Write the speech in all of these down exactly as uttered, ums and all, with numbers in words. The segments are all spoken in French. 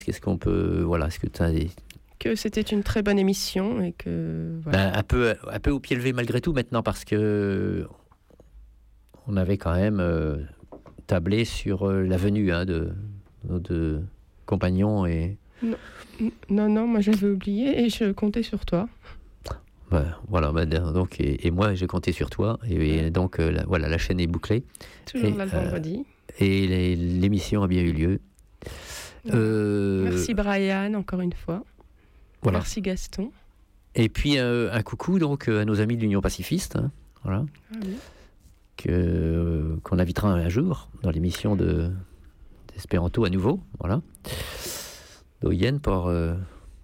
Qu'est-ce qu'on peut... Voilà, est-ce que tu as des... Que c'était une très bonne émission et que... Voilà. Ben, un, peu, un peu au pied levé malgré tout maintenant, parce que on avait quand même euh, tablé sur euh, la venue hein, de nos deux compagnons. Et... Non, non, non, moi j'avais oublié et je comptais sur toi. Ben, voilà, ben, donc, et, et moi j'ai compté sur toi. Et, et donc euh, la, voilà, la chaîne est bouclée. Toujours et, là le vendredi. Euh, et les, l'émission a bien eu lieu. Ouais. Euh, Merci Brian, encore une fois. Voilà. Merci Gaston. Et puis euh, un coucou donc à nos amis de l'Union pacifiste, hein, voilà, ah oui. que euh, qu'on invitera un jour dans l'émission de d'Espéranto à nouveau, voilà. Doyen por euh,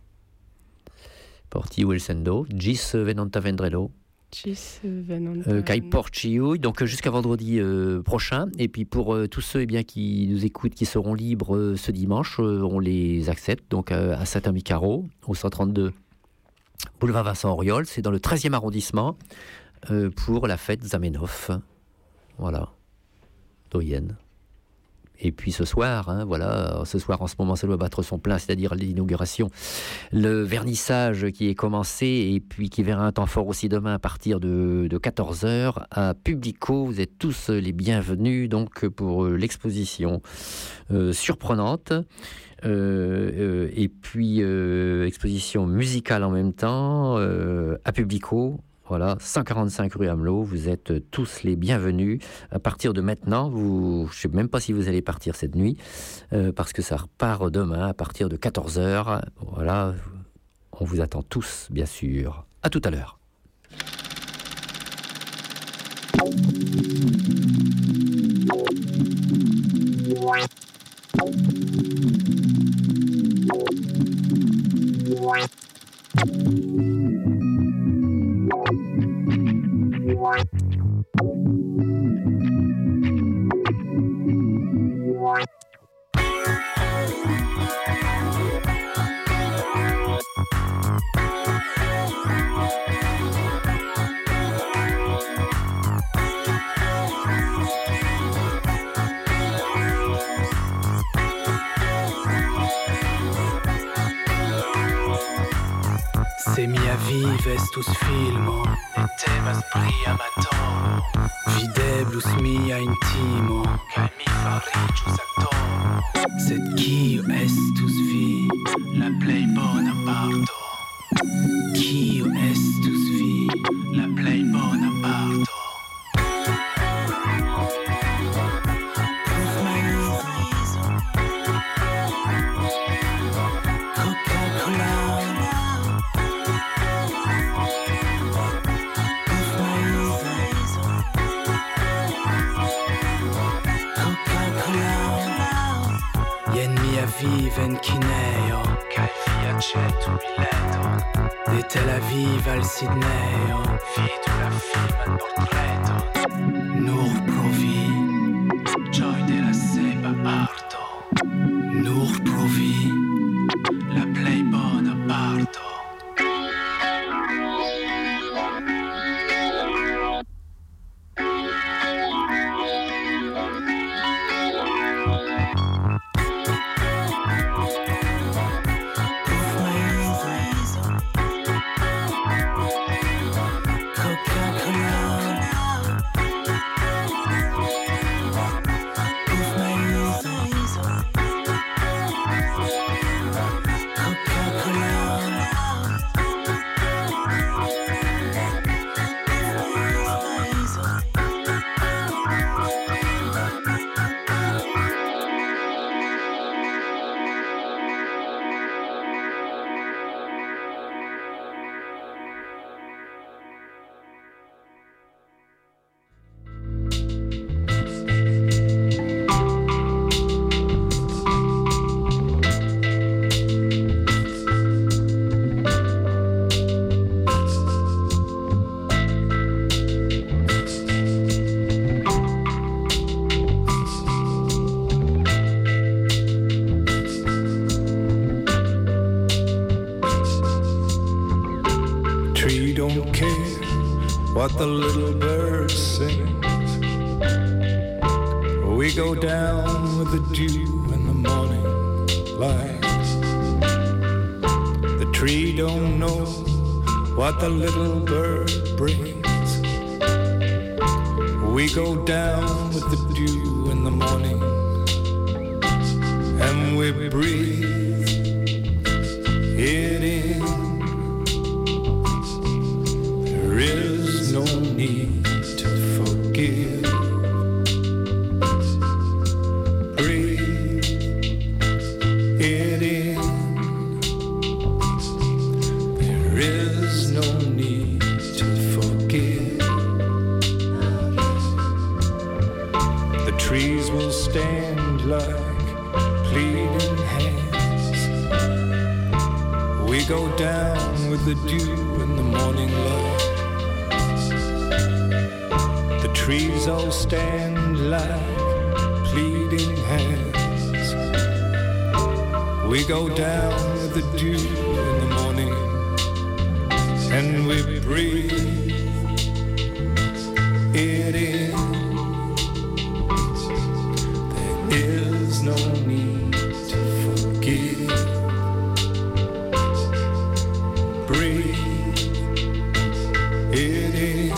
por tiu el sendo, gis venanta vendrello. Gis venanta. Euh, kai porciu, donc jusqu'à vendredi euh, prochain. Et puis pour euh, tous ceux eh bien qui nous écoutent, qui seront libres euh, ce dimanche, euh, on les accepte donc euh, à Saint-Amicaro, au cent trente-deux boulevard Vincent Auriol, c'est dans le treizième arrondissement euh, pour la fête Zamenhof. Voilà, Doyen. Et puis ce soir, hein, voilà, ce soir en ce moment ça doit battre son plein, c'est-à-dire l'inauguration, le vernissage qui est commencé et puis qui verra un temps fort aussi demain à partir de, de quatorze heures à Publico. Vous êtes tous les bienvenus donc pour l'exposition euh, surprenante. Euh, euh, et puis euh, exposition musicale en même temps euh, à Publico. Voilà, cent quarante-cinq rue Amelot, vous êtes tous les bienvenus. À partir de maintenant, vous, je ne sais même pas si vous allez partir cette nuit, euh, parce que ça repart demain à partir de quatorze heures. Voilà, on vous attend tous, bien sûr. À tout à l'heure. Se mia vive estus filmo e temas pri amatoro videblus mia intimo kaj mi fariĝus aktoro sed kiu estus vi la plej bona parto kiu estus vi la plej bona parto Vive en kineo kaj vi aĉetu bileton de Tel Aviv al Sidnejo vidu la filman portreton nur pro vi ĝoj de la sepa arto nur pro vi la plej bona parto. What the little bird sings. We go down with the dew in the morning light. tree don't know what the little bird brings. We go down with the dew in the morning, and we breathe it in. There is no need to forgive. Breathe it in. There is no need to forgive. The trees will stand like pleading hands. We go down with the dew in the morning light. The trees all stand like pleading hands. We go down with the dew in the morning, and we breathe it in. There is no need to forgive. Breathe it in.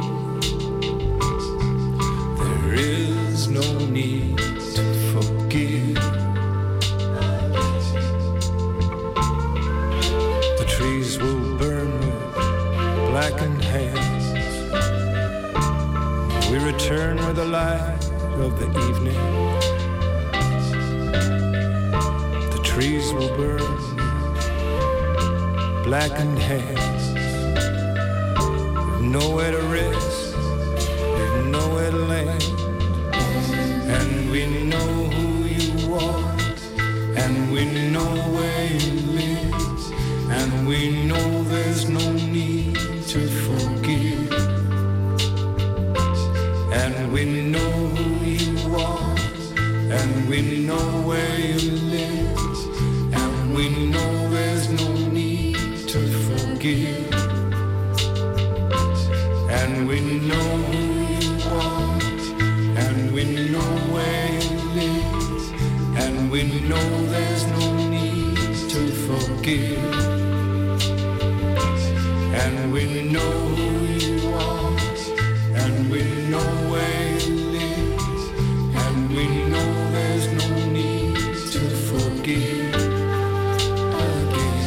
There is no need to forgive. The trees will burn with blackened hands. We return with the light of the evening. The trees will burn with blackened hands. We've nowhere to rest, we've nowhere to land. And we know who you are, and we know where you live, and we know there's no need to forgive. And we know who you are, and we know where you live, and we know there's no need to forgive. And we know who you are, and we know where you live, and we know there's no need to forgive. And we know who you are, and we know where you live, and we know there's no need to forgive again.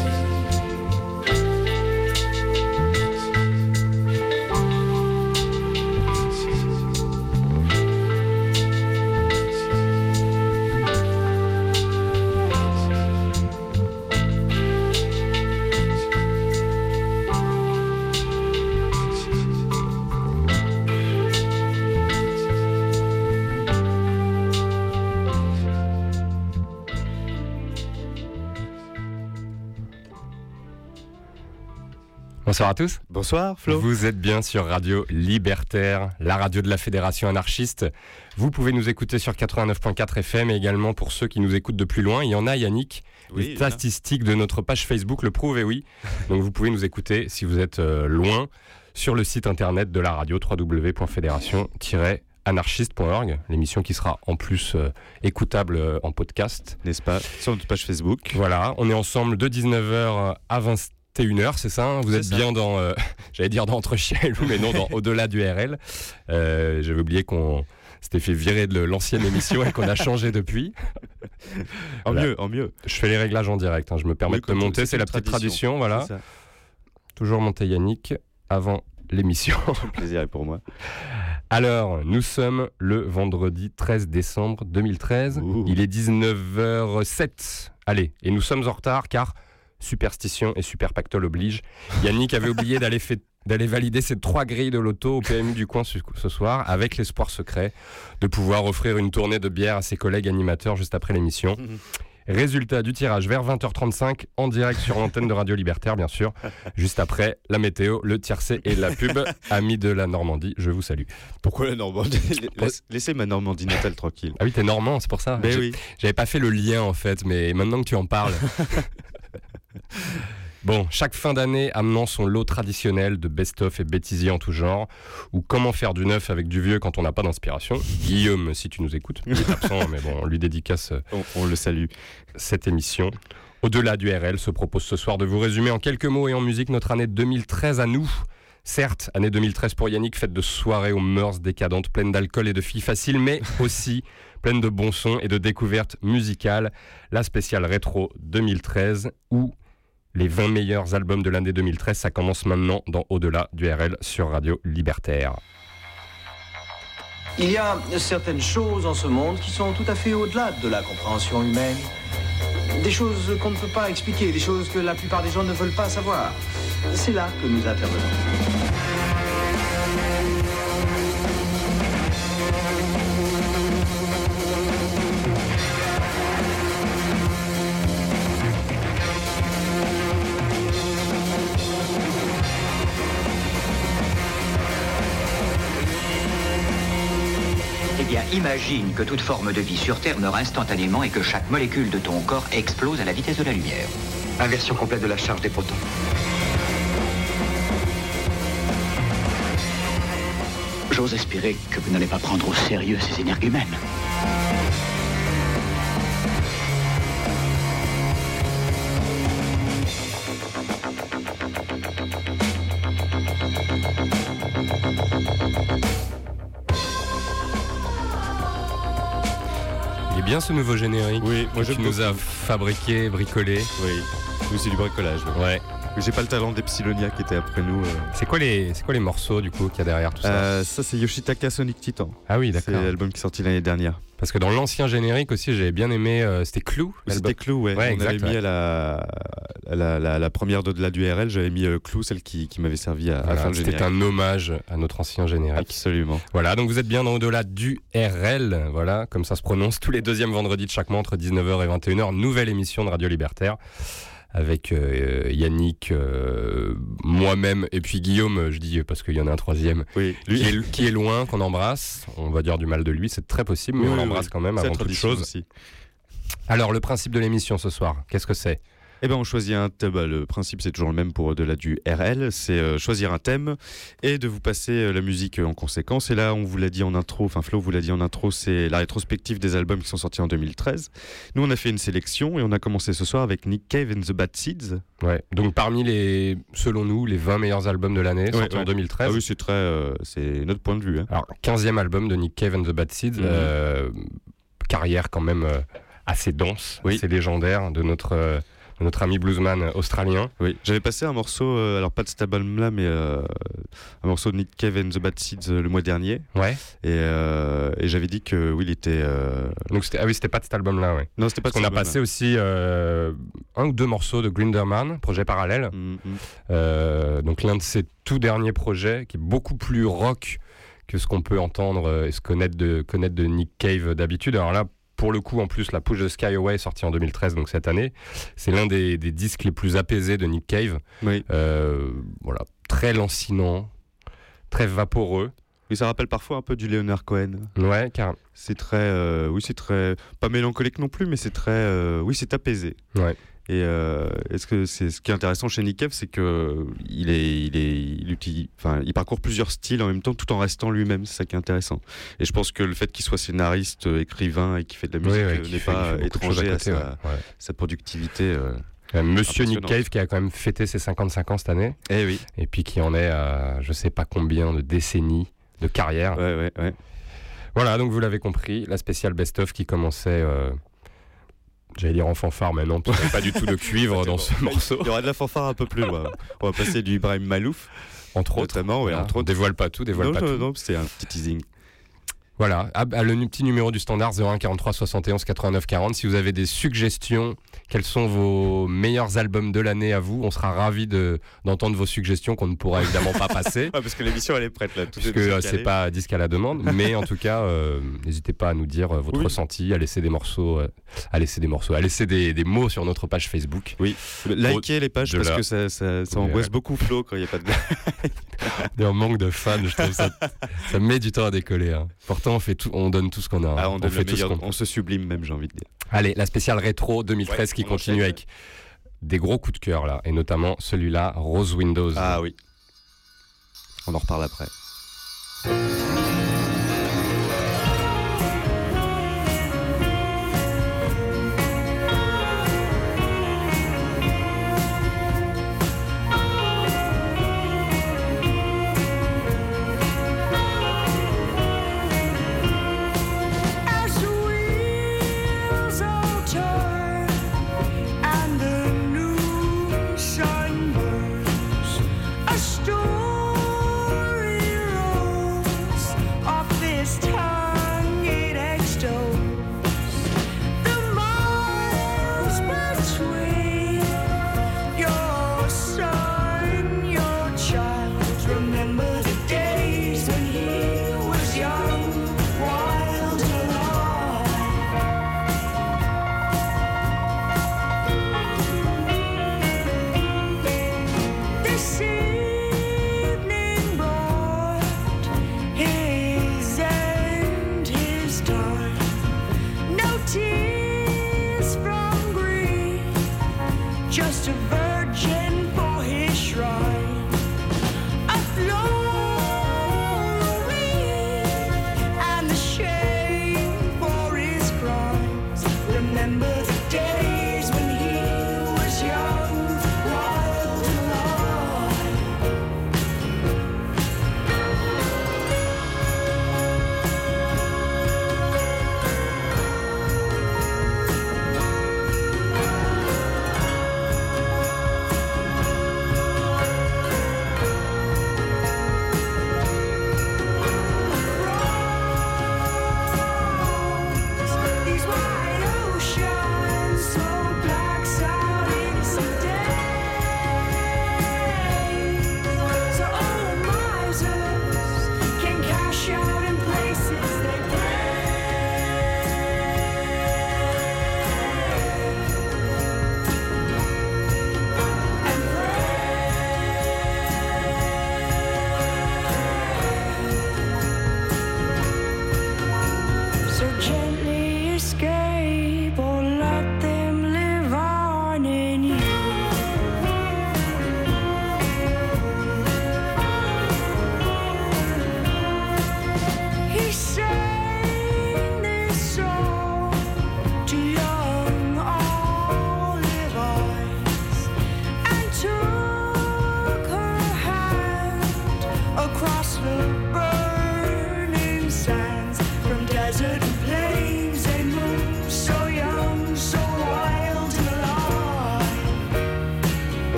Bonsoir à tous. Bonsoir Flo. Vous êtes bien sur Radio Libertaire, la radio de la Fédération anarchiste. Vous pouvez nous écouter sur quatre-vingt-neuf virgule quatre F M et également pour ceux qui nous écoutent de plus loin. Il y en a, Yannick. Oui, les statistiques de notre page Facebook le prouvent, et oui. Donc vous pouvez nous écouter si vous êtes euh, loin sur le site internet de la radio w w w point fédération tiret anarchiste point org, l'émission qui sera en plus euh, écoutable euh, en podcast. N'est-ce pas, sur notre page Facebook. Voilà, on est ensemble de dix-neuf heures à vingt et une heures, c'est ça hein. Vous c'est êtes ça. bien dans, euh, j'allais dire dans Entre Chien et Loup, mais non, dans Au-delà du R L. Euh, j'avais oublié qu'on s'était fait virer de l'ancienne émission et qu'on a changé depuis. En Voilà. mieux, en mieux. Je fais les réglages en direct, hein. Je me permets Oui, de comme monter, c'est c'est une la petite tradition, tradition, voilà. C'est ça. Toujours monter Yannick avant l'émission. Le plaisir est pour moi. Alors, nous sommes le vendredi treize décembre deux mille treize. Ouh. Il est dix-neuf heures sept. Allez, et nous sommes en retard car superstition et super pactole oblige. Yannick avait oublié d'aller, fait, d'aller valider ses trois grilles de loto au P M U du coin ce, ce soir, avec l'espoir secret de pouvoir offrir une tournée de bière à ses collègues animateurs juste après l'émission. Résultat du tirage vers vingt heures trente-cinq en direct sur l'antenne de Radio Libertaire, bien sûr. Juste après la météo, le tiercé et la pub. Amis de la Normandie, je vous salue. Pourquoi la Normandie? Laisse- Laissez ma Normandie natale tranquille. Ah oui, t'es normand, c'est pour ça. Ben J'ai- oui. J'avais pas fait le lien en fait, mais maintenant que tu en parles. Bon, chaque fin d'année amenant son lot traditionnel de best-of et bêtisiers en tout genre, ou comment faire du neuf avec du vieux quand on n'a pas d'inspiration. Guillaume, si tu nous écoutes, il est absent, mais bon, on lui dédicace On, on le salue. cette émission. Au-delà du R L se propose ce soir de vous résumer en quelques mots et en musique notre année deux mille treize à nous. Certes, année deux mille treize pour Yannick, faite de soirées aux mœurs décadentes, pleine d'alcool et de filles faciles, mais aussi pleine de bons sons et de découvertes musicales. La spéciale rétro deux mille treize, où les vingt meilleurs albums de l'année deux mille treize, ça commence maintenant dans Au-delà du R L sur Radio Libertaire. Il y a certaines choses en ce monde qui sont tout à fait au-delà de la compréhension humaine. Des choses qu'on ne peut pas expliquer, des choses que la plupart des gens ne veulent pas savoir. C'est là que nous intervenons. Eh bien, imagine que toute forme de vie sur Terre meurt instantanément et que chaque molécule de ton corps explose à la vitesse de la lumière. Inversion complète de la charge des protons. J'ose espérer que vous n'allez pas prendre au sérieux ces énergumènes. Bien ce nouveau générique. Oui, moi que tu nous as fabriqué, bricolé. Oui, oui c'est du bricolage. Ouais. ouais. J'ai pas le talent d'Epsilonia qui était après nous. Euh... C'est quoi les, c'est quoi les morceaux du coup qu'il y a derrière tout ça euh, Ça c'est Yoshitaka Sonic Titan. Ah oui, d'accord. C'est l'album qui est sorti l'année dernière. Parce que dans l'ancien générique aussi, j'avais bien aimé. Euh, c'était Clou. C'était Clou, ouais. ouais On exact, avait mis ouais. à la, à la, la, la première d'au-delà du R L, j'avais mis euh, Clou, celle qui, qui m'avait servi à, voilà, à faire le générique. C'était un hommage à notre ancien générique. Absolument. Voilà, donc vous êtes bien dans Au-delà du R L, voilà, comme ça se prononce, tous les deuxièmes vendredis de chaque mois entre dix-neuf heures et vingt et une heures. Nouvelle émission de Radio Libertaire. Avec euh, Yannick, euh, moi-même et puis Guillaume, je dis parce qu'il y en a un troisième, oui, lui. Qui, est, qui est loin, qu'on embrasse. On va dire du mal de lui, c'est très possible, mais oui, on l'embrasse oui. quand même c'est avant toute chose. Aussi. Alors, le principe de l'émission ce soir, qu'est-ce que c'est ? Eh ben, on choisit un thème. Bah, le principe, c'est toujours le même pour Au-delà du R L. C'est euh, choisir un thème et de vous passer euh, la musique euh, en conséquence. Et là, on vous l'a dit en intro, enfin Flo vous l'a dit en intro, c'est la rétrospective des albums qui sont sortis en deux mille treize. Nous, on a fait une sélection et on a commencé ce soir avec Nick Cave and the Bad Seeds. Ouais. Donc, parmi les, selon nous, les vingt meilleurs albums de l'année, sortis ouais, ouais. en deux mille treize. Ah oui, c'est très, euh, c'est notre point de vue. Hein. Alors, quinzième album de Nick Cave and the Bad Seeds. Mm-hmm. Euh, carrière quand même euh, assez dense, oui. assez légendaire de notre. Euh, notre ami bluesman australien. Oui, j'avais passé un morceau, euh, alors pas de cet album-là, mais euh, un morceau de Nick Cave and the Bad Seeds euh, le mois dernier. Ouais. Et, euh, et j'avais dit que oui, il était. Euh... Donc c'était, ah oui, c'était pas de cet album-là, ouais. Non, c'était pas. Parce de qu'on a passé aussi euh, un ou deux morceaux de Grinderman, projet parallèle. Mm-hmm. Euh, donc l'un de ses tout derniers projets, qui est beaucoup plus rock que ce qu'on peut entendre et se connaître de connaître de Nick Cave d'habitude. Alors là. Pour le coup, en plus, la Push the Sky Away, sortie en deux mille treize, donc cette année, c'est l'un des, des disques les plus apaisés de Nick Cave. Oui. Euh, voilà, très lancinant, très vaporeux. Oui, ça rappelle parfois un peu du Leonard Cohen. Ouais, carrément. C'est très, euh, oui, c'est très, pas mélancolique non plus, mais c'est très, euh, oui, c'est apaisé. Ouais. Et euh, est-ce que c'est ce qui est intéressant chez Nick Cave, c'est que il est, il est, il utilise, enfin, il parcourt plusieurs styles en même temps, tout en restant lui-même. C'est ça qui est intéressant. Et je pense que le fait qu'il soit scénariste, écrivain et qu'il fait de la musique oui, oui, fait, n'est pas étranger à, côté, à sa, ouais. Ouais. sa productivité. Euh, euh, Monsieur Nick Cave qui a quand même fêté ses cinquante-cinq ans cette année. Eh oui. Et puis qui en est à je sais pas combien de décennies de carrière. Ouais, ouais, ouais. Voilà, donc vous l'avez compris, la spéciale best-of qui commençait. Euh, J'allais dire en fanfare, mais non, parce qu'il n'y a pas du tout de cuivre dans ce morceau. Il y aura de la fanfare un peu plus loin. On va passer du Ibrahim Malouf. Entre autres. Notamment, ouais, voilà. entre autres. Dévoile pas tout, dévoile non, pas non, tout. Non, c'est un petit teasing. Voilà, ah, bah, le petit numéro du standard zéro un quarante-trois soixante et onze quatre-vingt-neuf quarante. Si vous avez des suggestions, quels sont vos meilleurs albums de l'année à vous ? On sera ravis de, d'entendre vos suggestions qu'on ne pourra évidemment pas passer. Ah, parce que l'émission elle est prête là. Tout parce que euh, c'est pas disque à la demande, mais en tout cas, euh, n'hésitez pas à nous dire euh, votre oui. ressenti, à laisser des morceaux, euh, à laisser des morceaux, à laisser des, des mots sur notre page Facebook. Oui, likez les pages parce la... que ça, ça, ça angoisse ouais. beaucoup Flo quand il n'y a pas de. Il y a un manque de fans, je trouve ça, ça met du temps à décoller. Hein. Pourtant, on fait tout, on donne tout ce qu'on a. Ah, on, on donne fait tout tout ce qu'on on se sublime même, j'ai envie de dire. Allez, la spéciale rétro deux mille treize ouais, qui continue enchaîne. Avec des gros coups de cœur là, et notamment celui-là, Rose Windows. Ah oui. On en reparle après. just a virgin for his shrine. A glory and the shame for his crimes. Remember the days when he was young, wild and alive.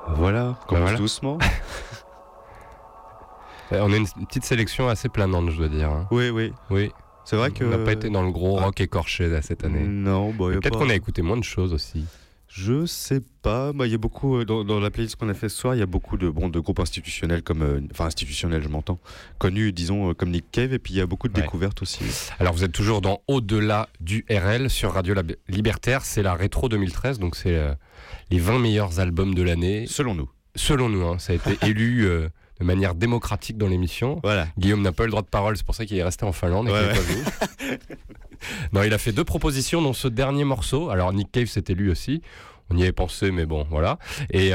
Voilà, commence voilà. doucement. On a une petite sélection assez planante, je dois dire. hein. Oui, oui. Oui. C'est vrai que. On n'a pas été dans le gros rock écorché là, cette année. Non, bon, y a Peut-être pas- qu'on a écouté moins de choses aussi. Je sais pas. Bah, il y a beaucoup euh, dans, dans la playlist qu'on a fait ce soir. Il y a beaucoup de bon de groupes institutionnels comme, euh, enfin institutionnels, je m'entends, connus, disons euh, comme Nick Cave. Et puis il y a beaucoup de Ouais. découvertes aussi. Alors vous êtes toujours dans Au-delà du R L sur Radio Lab- Libertaire. C'est la rétro deux mille treize, donc c'est euh, les vingt meilleurs albums de l'année. Selon nous. Selon nous, hein, ça a été élu euh, de manière démocratique dans l'émission. Voilà. Guillaume n'a pas eu le droit de parole, c'est pour ça qu'il est resté en Finlande. Et Ouais, qu'il est ouais. pas venu. Non, il a fait deux propositions dans ce dernier morceau. Alors Nick Cave s'était lui aussi. On y avait pensé, mais bon, voilà. Et,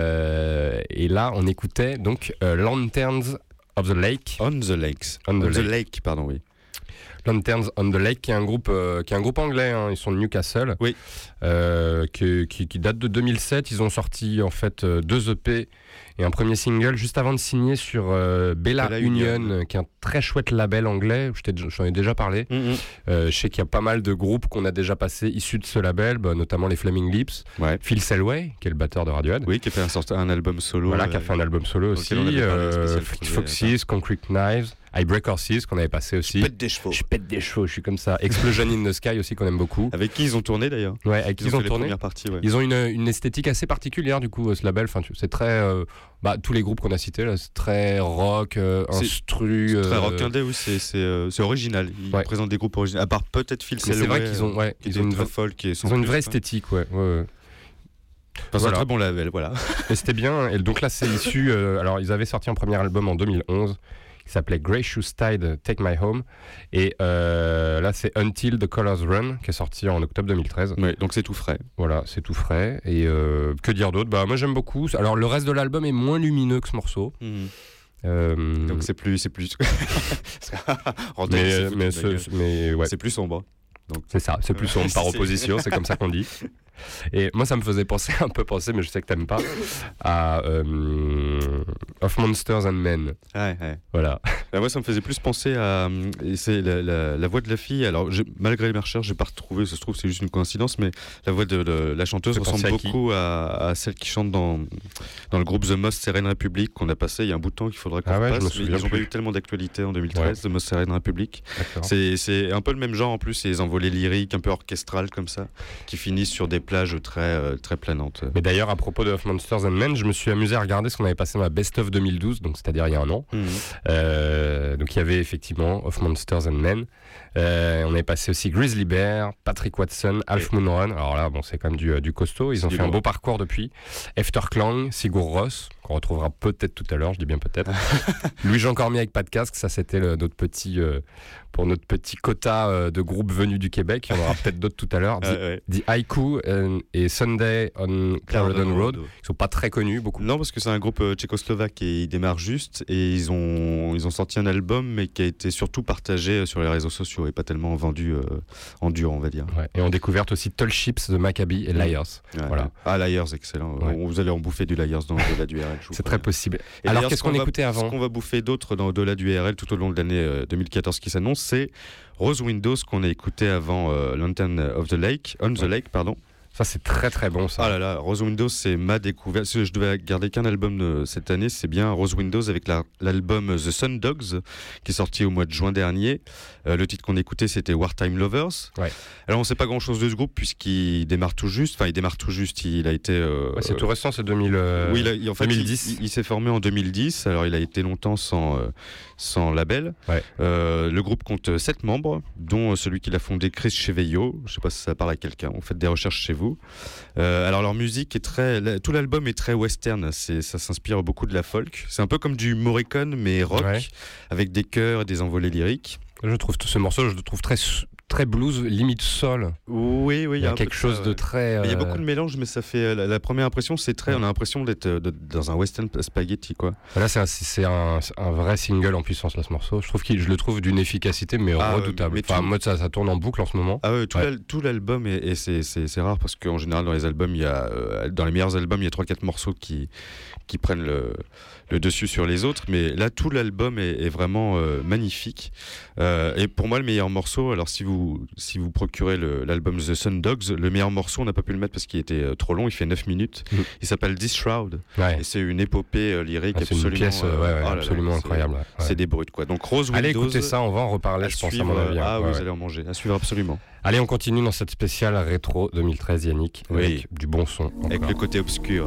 euh, et là, on écoutait donc euh, Lanterns of the Lake. On the Lakes. On the On the Lake. Lake, pardon, oui. Lanterns on the Lake, qui est un groupe, euh, qui est un groupe anglais. hein, ils sont de Newcastle. Oui. Euh, qui, qui, qui date de deux mille sept. Ils ont sorti en fait euh, deux E P et un premier single juste avant de signer sur euh, Bella, Bella Union, Union. qui est un très chouette label anglais. Je t'ai- J'en ai déjà parlé. Mm-hmm. Euh, je sais qu'il y a pas mal de groupes qu'on a déjà passés issus de ce label, bah, notamment les Flaming Lips, Ouais. Phil Selway, qui est le batteur de Radiohead. Oui, qui a fait un, sort- un album solo. Voilà, euh, qui a fait un album solo aussi. auquel on avait parlé, euh, spécial Fleet pour les- Foxes, Concrete Knives, I Break Horses, qu'on avait passé aussi. Pète des chevaux. Je pète des chevaux, je suis comme ça. Explosion in the Sky aussi, qu'on aime beaucoup. Avec qui ils ont tourné d'ailleurs. Ouais, avec qui Ils, ils ont ont fait les tourné. premières parties. Ouais. Ils ont une, une esthétique assez particulière, du coup, ce label. Enfin, tu- c'est très. euh, bah, tous les groupes qu'on a cités, là, c'est très rock, euh, C'est- instru. C'est très euh, rock indé, oui, c'est, c'est, euh, c'est original. Ils Ouais. présentent des groupes originaux. À part peut-être Phil Mais Selway. c'est vrai qu'ils ont, ouais, qui ils est ont une, très vra- folk. Et sans ils ont une plus, vraie quoi. esthétique, ouais. ouais, ouais. Enfin, c'est Voilà. un très bon label, voilà. Et c'était bien. Et donc là, c'est issu. euh, alors, ils avaient sorti un premier album en deux mille onze qui s'appelait Grey Shoes Tide, Take My Home. Et euh, là, c'est Until the Colors Run, qui est sorti en octobre deux mille treize. Ouais, donc c'est tout frais. Voilà, c'est tout frais. Et euh, que dire d'autre? Bah, moi, j'aime beaucoup. Alors, le reste de l'album est moins lumineux que ce morceau. Euh, Donc c'est plus. C'est plus... Rentable, mais, c'est foutu mais, de ce- la gueule. mais ouais, C'est plus sombre. Donc, c'est ça, c'est plus sombre par C'est- opposition, c'est comme ça qu'on dit. Et moi, ça me faisait penser, un peu penser, mais je sais que t'aimes pas, à euh, Of Monsters and Men. ouais, ouais. Voilà. Bah, moi, ça me faisait plus penser à. euh, et c'est la, la, la voix de la fille. Alors, j'ai- malgré mes recherches, j'ai pas retrouvé. Ça se trouve, c'est juste une coïncidence, mais la voix de, de la chanteuse Ça fait ressemble penser à qui beaucoup à, à celle qui chante dans, dans le groupe The Most Serene Republic qu'on a passé il y a un bout de temps qu'il faudrait qu'on Ah ouais, je repasse. me mais souviens ils ont pas plus. eu tellement d'actualité en deux mille treize, The Most Serene Republic. D'accord. C'est, c'est un peu le même genre en plus, ces envolées lyriques un peu orchestrales comme ça, qui finissent sur des plages très, euh, très planantes. Mais d'ailleurs, à propos de Of Monsters and Men, je me suis amusé à regarder ce qu'on avait passé dans la Best of deux mille douze, donc c'est-à-dire il y a un an. Mhm. Euh, donc il y avait effectivement Of Monsters and Men. Euh, on avait passé aussi Grizzly Bear, Patrick Watson, Half Moon Run. Alors là, bon, c'est quand même du, euh, du costaud. Ils C'est ont du fait un lourd. beau parcours depuis. Efterklang, Sigur Rós, qu'on retrouvera peut-être tout à l'heure, je dis bien peut-être. Louis-Jean Cormier avec pas de casque, ça c'était le- notre petit, euh, pour notre petit quota euh, de groupes venus du Québec. Il y en aura peut-être d'autres tout à l'heure. Ah, ouais. The Haiku euh, et Sunday on Clarendon Road. Ils sont pas très connus, beaucoup. Non, parce que c'est un groupe euh, tchécoslovaque et ils démarrent juste et ils ont, ils ont sorti un album mais qui a été surtout partagé euh, sur les réseaux sociaux et pas tellement vendu euh, en dur, on va dire. Ouais. Et on découverte aussi Tall Ships de Maccabi et Liars. Ouais, Voilà. ouais. Ah, Liars, excellent. Ouais. On- Vous allez en bouffer du Liars dans Au-delà du R L. je vous C'est très préviens. possible. Et Alors d'ailleurs, qu'est-ce ce qu'on va- écoutait Ce avant? qu'on va bouffer d'autre dans Au-delà du R L tout au long de l'année euh, deux mille quatorze qui s'annonce, c'est Rose Windows qu'on a écouté avant euh, Lantern of the Lake, On the Ouais. Lake, pardon. Ça, c'est très très bon, ça. Ah là là, Rose Windows, c'est ma découverte. Si je devais garder qu'un album de cette année, c'est bien Rose Windows avec la- l'album The Sun Dogs qui est sorti au mois de juin dernier. Euh, le titre qu'on écoutait, c'était Wartime Lovers. Ouais. Alors, on ne sait pas grand-chose de ce groupe puisqu'il démarre tout juste. Enfin, il démarre tout juste. Il a été. euh, Ouais, c'est tout récent, c'est deux mille, euh, oui, il a- il- en fait, deux mille il- dix. Il, il s'est formé en deux mille dix. Alors, il a été longtemps sans, euh, sans label. Ouais. Euh, le groupe compte sept membres, dont celui qui l'a fondé, Chris Chevello. Je ne sais pas si ça parle à quelqu'un. Vous faites des recherches chez vous. Euh, alors, leur musique est très. la- Tout l'album est très western. C'est, ça s'inspire beaucoup de la folk. C'est un peu comme du Morricone, mais rock, Ouais. avec des chœurs et des envolées lyriques. Je trouve tout ce morceau, je le trouve très, très blues, limite soul. Oui, oui. Il y a un peu quelque ça, chose ouais. de très. Il y a euh, beaucoup de mélange, mais ça fait la, la première impression, c'est très. Ouais. On a l'impression d'être euh, de- dans un western spaghetti, quoi. Là, c'est un, c'est un, c'est un vrai single en puissance, là, ce morceau. Je trouve qu'il, je le trouve d'une efficacité, mais Ah, redoutable. mais enfin, tout- moi, ça, ça tourne en boucle en ce moment. Ah ouais, tout, Ouais. l'al- tout l'album est, et c'est, c'est, c'est rare parce qu'en général dans les albums il y a euh, dans les meilleurs albums il y a trois quatre morceaux qui qui prennent le, le dessus sur les autres, mais là tout l'album est, est vraiment euh, magnifique. Euh, et pour moi le meilleur morceau, alors si vous vous, si vous procurez le, l'album The Sun Dogs, le meilleur morceau, on n'a pas pu le mettre parce qu'il était euh, trop long, il fait neuf minutes. Mmh. Il s'appelle This Shroud. Ouais. Et c'est une épopée euh, lyrique ah, c'est absolument, une pièce euh, ouais, ouais, oh là là, absolument c'est, incroyable. Ouais. C'est des brutes, quoi. Donc Rose Windows. Allez écouter ça, on va en reparler, je pense, à mon avis. Ah, ouais, vous ouais. allez en manger. À suivre absolument. Allez, on continue dans cette spéciale rétro deux mille treize, Yannick, oui. avec du bon son. Encore. Avec le côté obscur.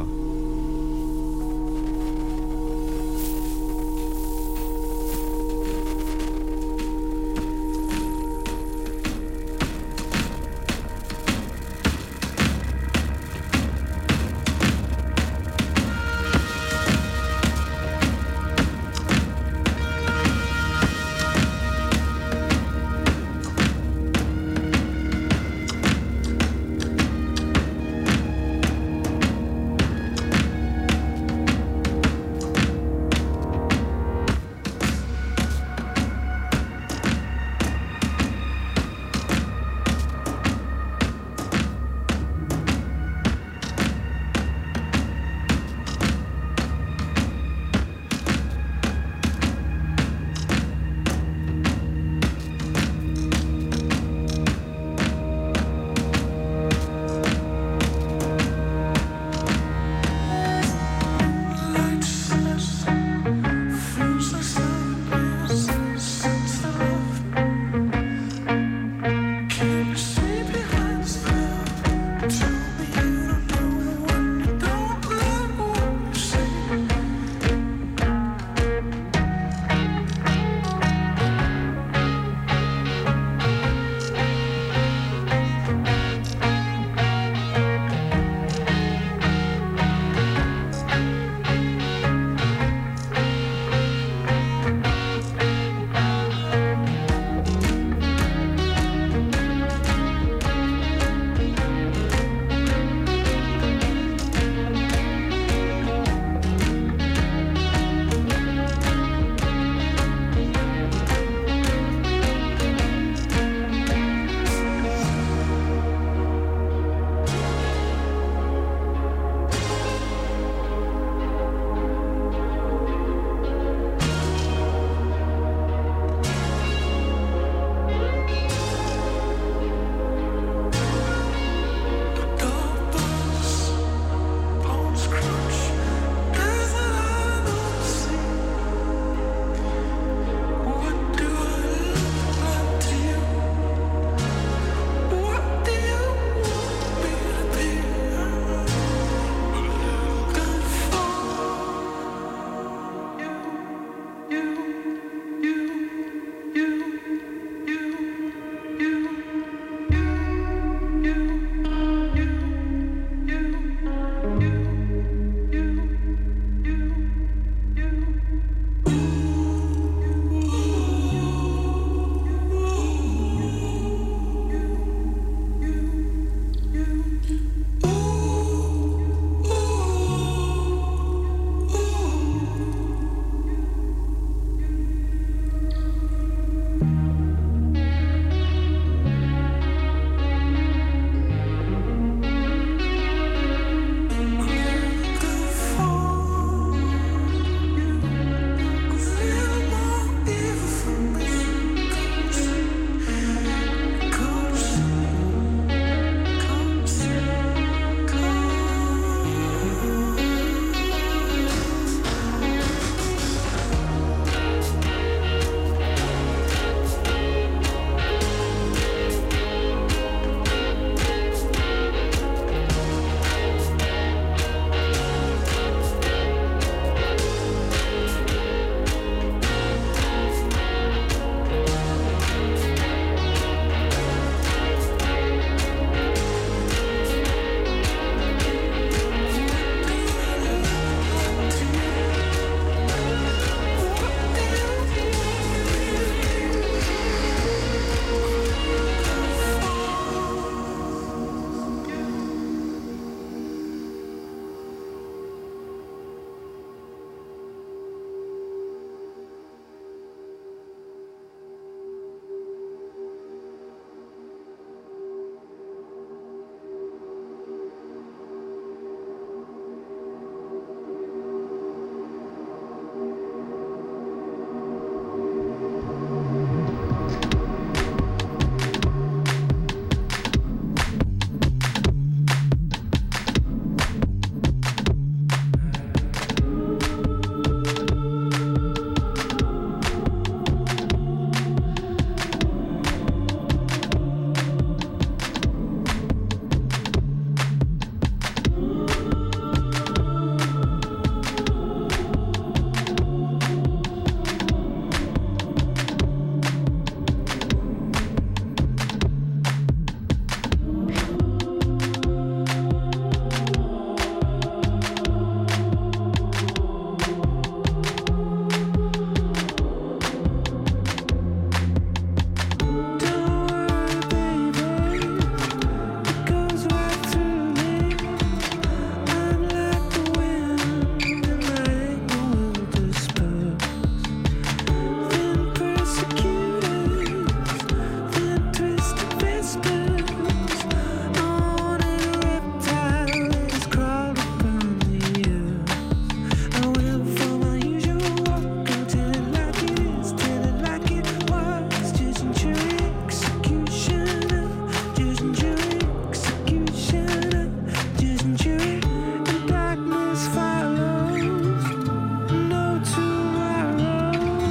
just follows, no tomorrow.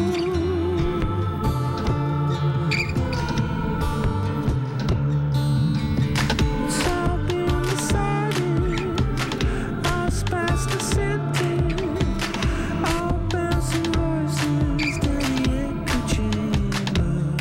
It's all been decided, all's past the city, all bouncing voices, steady echo chamber.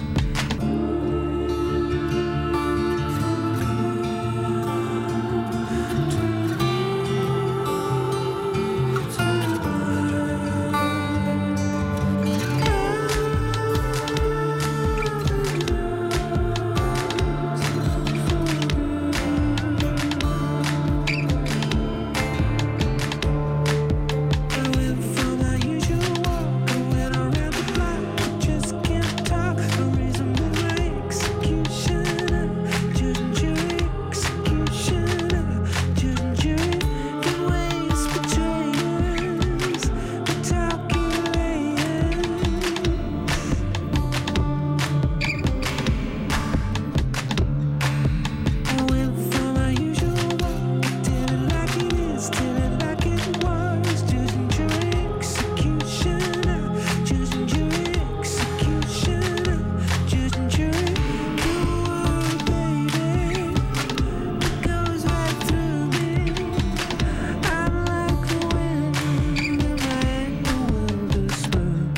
I went from my usual walk, I went around the block, just can't talk, no reason to my executioner, judge and jury, executioner, judge and jury, can waste betrayers, but talking layers. I went from my usual walk, did it like it is, did it like it was, judge and jury, executioner, judge and jury, executioner, judge and jury, go on, baby, it goes right through me. I'm like the wind, and my anger will disperse.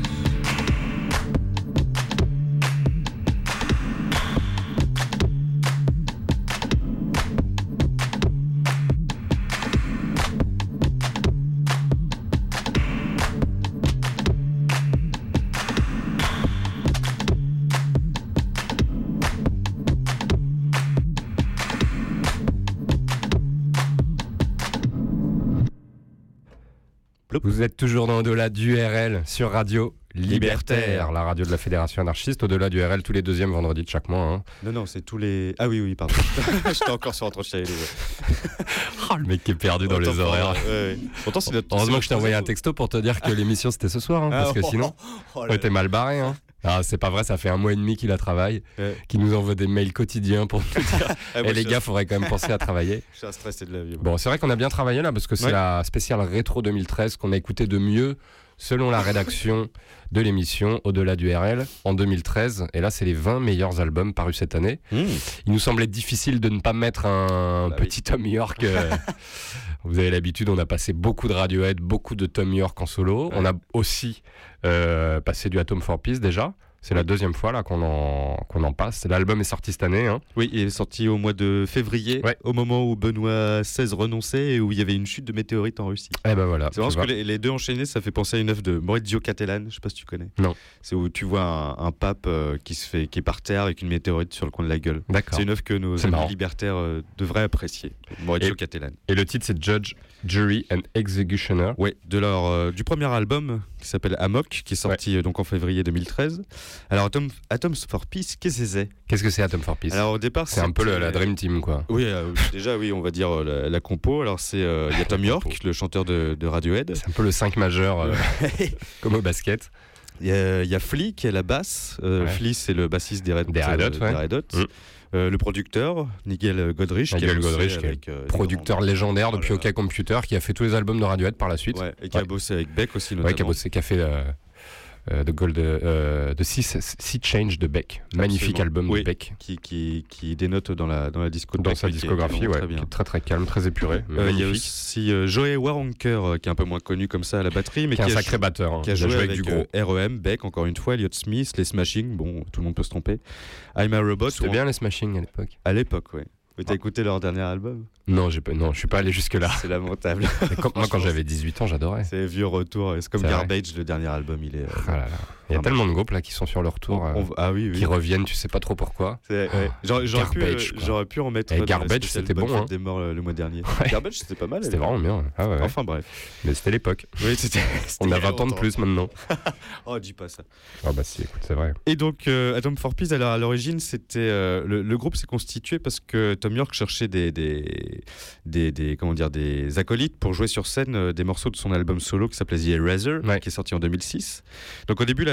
Vous êtes toujours dans Au-delà du R L sur Radio Libertaire, la radio de la Fédération anarchiste. Au-delà du R L tous les deuxièmes vendredis de chaque mois. Hein. Non, non, c'est tous les. Ah oui, oui, pardon. J'étais encore sur Entre Chien et Loup. Oh, le mec qui est perdu dans Autant les pour- horaires. ouais, ouais. Pourtant, c'est notre. Heureusement c'est que je t'ai envoyé un texto pour te dire que l'émission c'était ce soir, hein, parce Ah, que oh, sinon oh là on était mal barré. Hein. Ah, c'est pas vrai, ça fait un mois et demi qu'il la travaille, Ouais. qu'il nous envoie des mails quotidiens pour nous dire Ah, moi, Eh les je- gars, faudrait quand même penser à travailler. Je suis un stressé de la vie. moi. Bon, c'est vrai qu'on a bien travaillé là, parce que c'est Ouais. la spéciale rétro deux mille treize qu'on a écouté de mieux selon la rédaction de l'émission Au-delà du R L en deux mille treize. Et là, c'est les vingt meilleurs albums parus cette année. Mmh. Il nous semblait difficile de ne pas mettre un Bah oui. petit Tom York. euh, Vous avez l'habitude, on a passé beaucoup de Radiohead, beaucoup de Tom York en solo. Ouais. On a aussi euh, passé du Atom for Peace déjà. C'est la deuxième fois là qu'on en, qu'on en passe. L'album est sorti cette année. Hein. Oui, il est sorti au mois de février, Ouais. au moment où Benoît seize renonçait et où il y avait une chute de météorites en Russie. Eh ben voilà. C'est vraiment tu parce que vois. les, les deux enchaînés, ça fait penser à une œuvre de Maurizio Cattelan, je sais pas si tu connais. Non. C'est où tu vois un, un pape euh, qui se fait, qui est par terre avec une météorite sur le coin de la gueule. D'accord. C'est une œuvre que nos C'est amis marrant. libertaires euh, devraient apprécier. Maurizio Et- Cattelan. Et le titre c'est Judge, Jury and Executioner. Ouais, de leur, euh, du premier album qui s'appelle Amok, qui est sorti euh, donc en février deux mille treize. Alors Atom, Atoms for Peace, qu'est-ce que c'est? Qu'est-ce que c'est Atom for Peace? Alors au départ, C'est un peu le- c'était- la Dream Team quoi. Oui, euh, déjà oui, on va dire euh, la, la compo. Alors c'est euh, il y a Tom York, le chanteur de, de Radiohead. C'est un peu le cinq majeur euh, comme au basket. Il y a, il y a Flea qui est la basse. Euh, Ouais. Flea c'est le bassiste des Red, Des Red Hot, euh, ouais. des Red Hot. Mm. Euh, le producteur, Nigel Godrich, qui a Nigel bossé Godrich, qui est avec, euh, des Producteur grands- légendaire depuis Voilà. OK Computer, qui a fait tous les albums de Radiohead par la suite. Ouais, et qui a Ouais. bossé avec Beck aussi notamment. Ouais, qui a bossé, qui a fait euh, euh, The Gold, euh, The Sea, Sea Change de Beck. Magnifique Absolument. album Oui. de Beck. Qui, qui, qui dénote dans la, dans la disco de Dans Beck, sa qui est- qui est discographie, vraiment ouais, très qui bien. est très très calme, très épuré. mais Euh, Il y a magnifique. aussi euh, Joey Waronker, euh, qui est un peu moins connu comme ça à la batterie, mais Qui est un qui a sacré batteur. hein. qui a Il a joué, joué avec du gros. euh, R E M, Beck, encore une fois, Elliott Smith, les Smashing, bon, tout le monde peut se tromper. I'm a Robot, C'était ou- bien les Smashing à l'époque. à l'époque, ouais. Mais t'as Ah. écouté leur dernier album? Non, j'ai pas, non, je suis pas allé jusque là. C'est lamentable. Mais comme- moi, quand j'avais dix-huit ans, j'adorais. C'est vieux retour. C'est comme C'est vrai. Garbage, le dernier album, il est. euh, Ah là là. Il y a Vraiment. tellement de groupes là qui sont sur leur retour, on- euh, on- ah oui, oui. qui reviennent, tu sais pas trop pourquoi. C'est- ouais. J'aurais, j'aurais pu, Garbage, euh, quoi. j'aurais pu en mettre. Et dans la Garbage, spéciale c'était Bonne bon, Fête hein. des morts euh, le mois dernier. Ouais. Garbage, c'était pas mal. C'était d'ailleurs. vraiment bien. Ah ouais, ouais. Enfin bref. Mais c'était l'époque. Oui, c'était. On c'était a il y a vingt ans de longtemps. plus maintenant. Oh, dis pas ça. Ah bah si, écoute, c'est vrai. Et donc, euh, Atom for Peace, alors, à l'origine, c'était euh, le, le groupe s'est constitué parce que Tom York cherchait des, des, des, des- comment dire, des acolytes pour jouer sur scène euh, des morceaux de son album solo qui s'appelait The Eraser, Ouais. qui est sorti en deux mille six. Donc, au début, l'album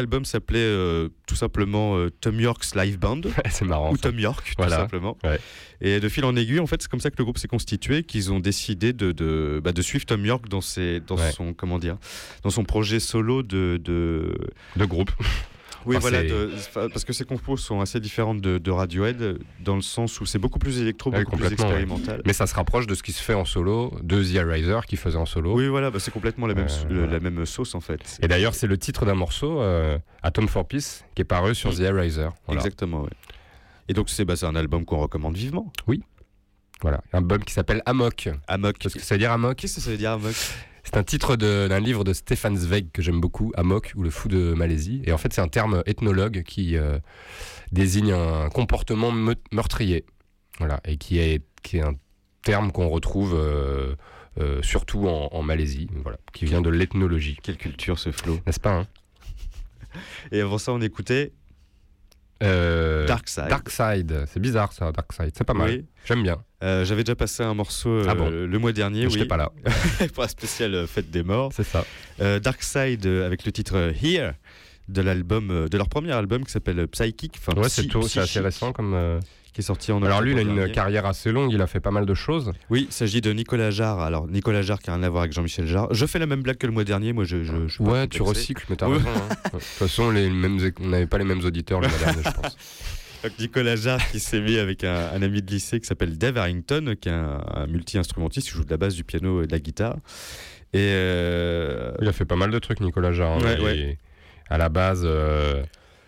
l'album s'appelait euh, tout simplement euh, Tom York's Live Band. C'est marrant. Ou ça. Tom York, Voilà. tout simplement. Ouais. Et de fil en aiguille, en fait, c'est comme ça que le groupe s'est constitué, qu'ils ont décidé de, de, bah, de suivre Tom York dans, ses, dans, Ouais. son, comment dire, dans son projet solo de... de... De groupe. Oui, Enfin, voilà, c'est- de- parce que ses compos sont assez différentes de, de Radiohead, dans le sens où c'est beaucoup plus électro, Ouais, beaucoup plus complètement, ouais. expérimental. Mais ça se rapproche de ce qui se fait en solo, de The Eraser qui faisait en solo. Oui, voilà, bah, c'est complètement la même, Euh, le- voilà. la même sauce, en fait. Et d'ailleurs, c'est le titre d'un morceau, euh, Atom for Peace, qui est paru sur The Eraser. Voilà. Exactement, oui. Et donc, c'est bah, c'est un album qu'on recommande vivement. Voilà. Un album qui s'appelle Amok. Amok. Parce que ça veut dire Amok. Qu'est-ce que ça veut dire, Amok? C'est un titre de- d'un livre de Stefan Zweig que j'aime beaucoup, Amok ou le fou de Malaisie. Et en fait, c'est un terme ethnologue qui euh, désigne un comportement me- meurtrier. Voilà. Et qui est, qui est un terme qu'on retrouve euh, euh, surtout en, en Malaisie, voilà, qui vient de l'ethnologie. Quelle culture, ce flow. N'est-ce pas hein Et avant ça, on écoutait Euh, Dark Side. Dark Side. C'est bizarre ça, Dark Side. C'est pas mal. Oui. J'aime bien. Euh, J'avais déjà passé un morceau euh, Ah bon le mois dernier. Je oui. n'étais pas là. Pour la spéciale euh, Fête des Morts. C'est ça. Euh, Dark Side euh, avec le titre euh, Here de l'album, euh, de leur premier album qui s'appelle Psychic. Enfin, Ouais, Psy- c'est tôt, c'est assez Psychic, récent comme. euh, qui est sorti en Alors lui, il a octobre une dernier. carrière assez longue. Il a fait pas mal de choses. Oui, il s'agit de Nicolas Jarre. Alors Nicolas Jarre qui a rien à voir avec Jean-Michel Jarre. Je fais la même blague que le mois dernier. Moi, je, je, je suis pas Ouais, tu complexé. recycles, mais t'as Ouais. raison. hein. De toute façon, les mêmes, on n'avait pas les mêmes auditeurs le mois dernier, je pense. Donc, Nicolas Jarre qui s'est mis avec un, un ami de lycée qui s'appelle Dave Harrington, qui est un, un multi-instrumentiste qui joue de la basse, du piano et de la guitare. Et euh, Il a fait pas mal de trucs, Nicolas Jarre. hein. Ouais, Il ouais. est à la base euh,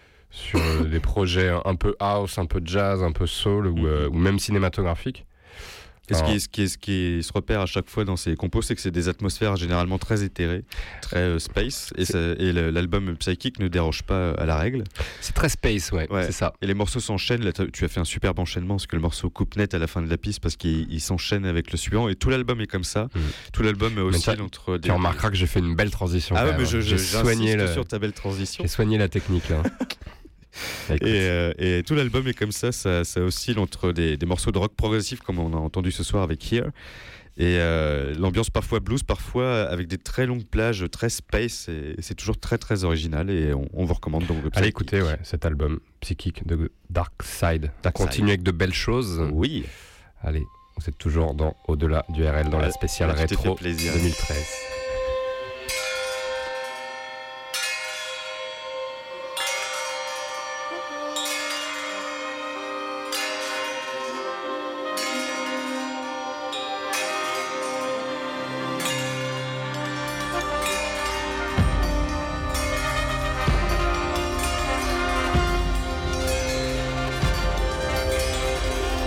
sur euh, des projets un peu house, un peu jazz, un peu soul ou, euh, ou même cinématographique. et ce, Alors, qui, est- ce, qui est- ce qui se repère à chaque fois dans ses compos, c'est que c'est des atmosphères généralement très éthérées, très euh, space. Et, ça- et le- l'album Psychic ne déroge pas à la règle. c'est très space, ouais, Ouais. c'est ça. Et les morceaux s'enchaînent. Là, t'as- tu as fait un superbe enchaînement parce que le morceau coupe net à la fin de la piste parce qu'il il s'enchaîne avec le suivant. Et tout l'album est comme ça. Mhm. Tout l'album Mais oscille t'as- entre des. Tu remarqueras que j'ai fait une belle transition. Ah quand ouais, même, mais je, hein. je, J'ai soigné, j'insiste le- sur ta belle transition. j'ai soigné la technique. hein. Écoute, Et, euh, et tout l'album est comme ça, ça, ça oscille entre des, des morceaux de rock progressif comme on a entendu ce soir avec Here, et euh, l'ambiance parfois blues, parfois avec des très longues plages, très space, et, et c'est toujours très très original, et on, on vous recommande donc. allez écouter ouais, cet album psychique de Dark Side. Dark On continue Side. avec de belles choses. Oui, Allez, vous êtes toujours dans Au-delà du R L, dans la Ouais, spéciale là, tu t'es rétro fait plaisir. deux mille treize.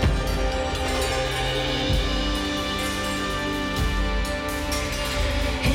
Here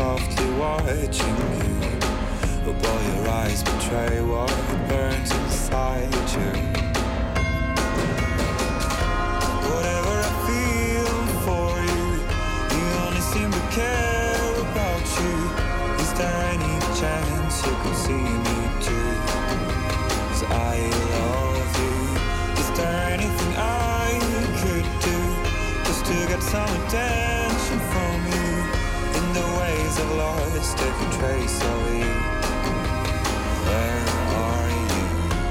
softly watching you. Oh boy, your eyes betray what burns inside you. Whatever I feel for you, you only seem to care about you. Is there any chance you could see me too? 'Cause I love you. Is there anything I could do just to get some attention from you? In the ways I've lost every trace of you. Where are you?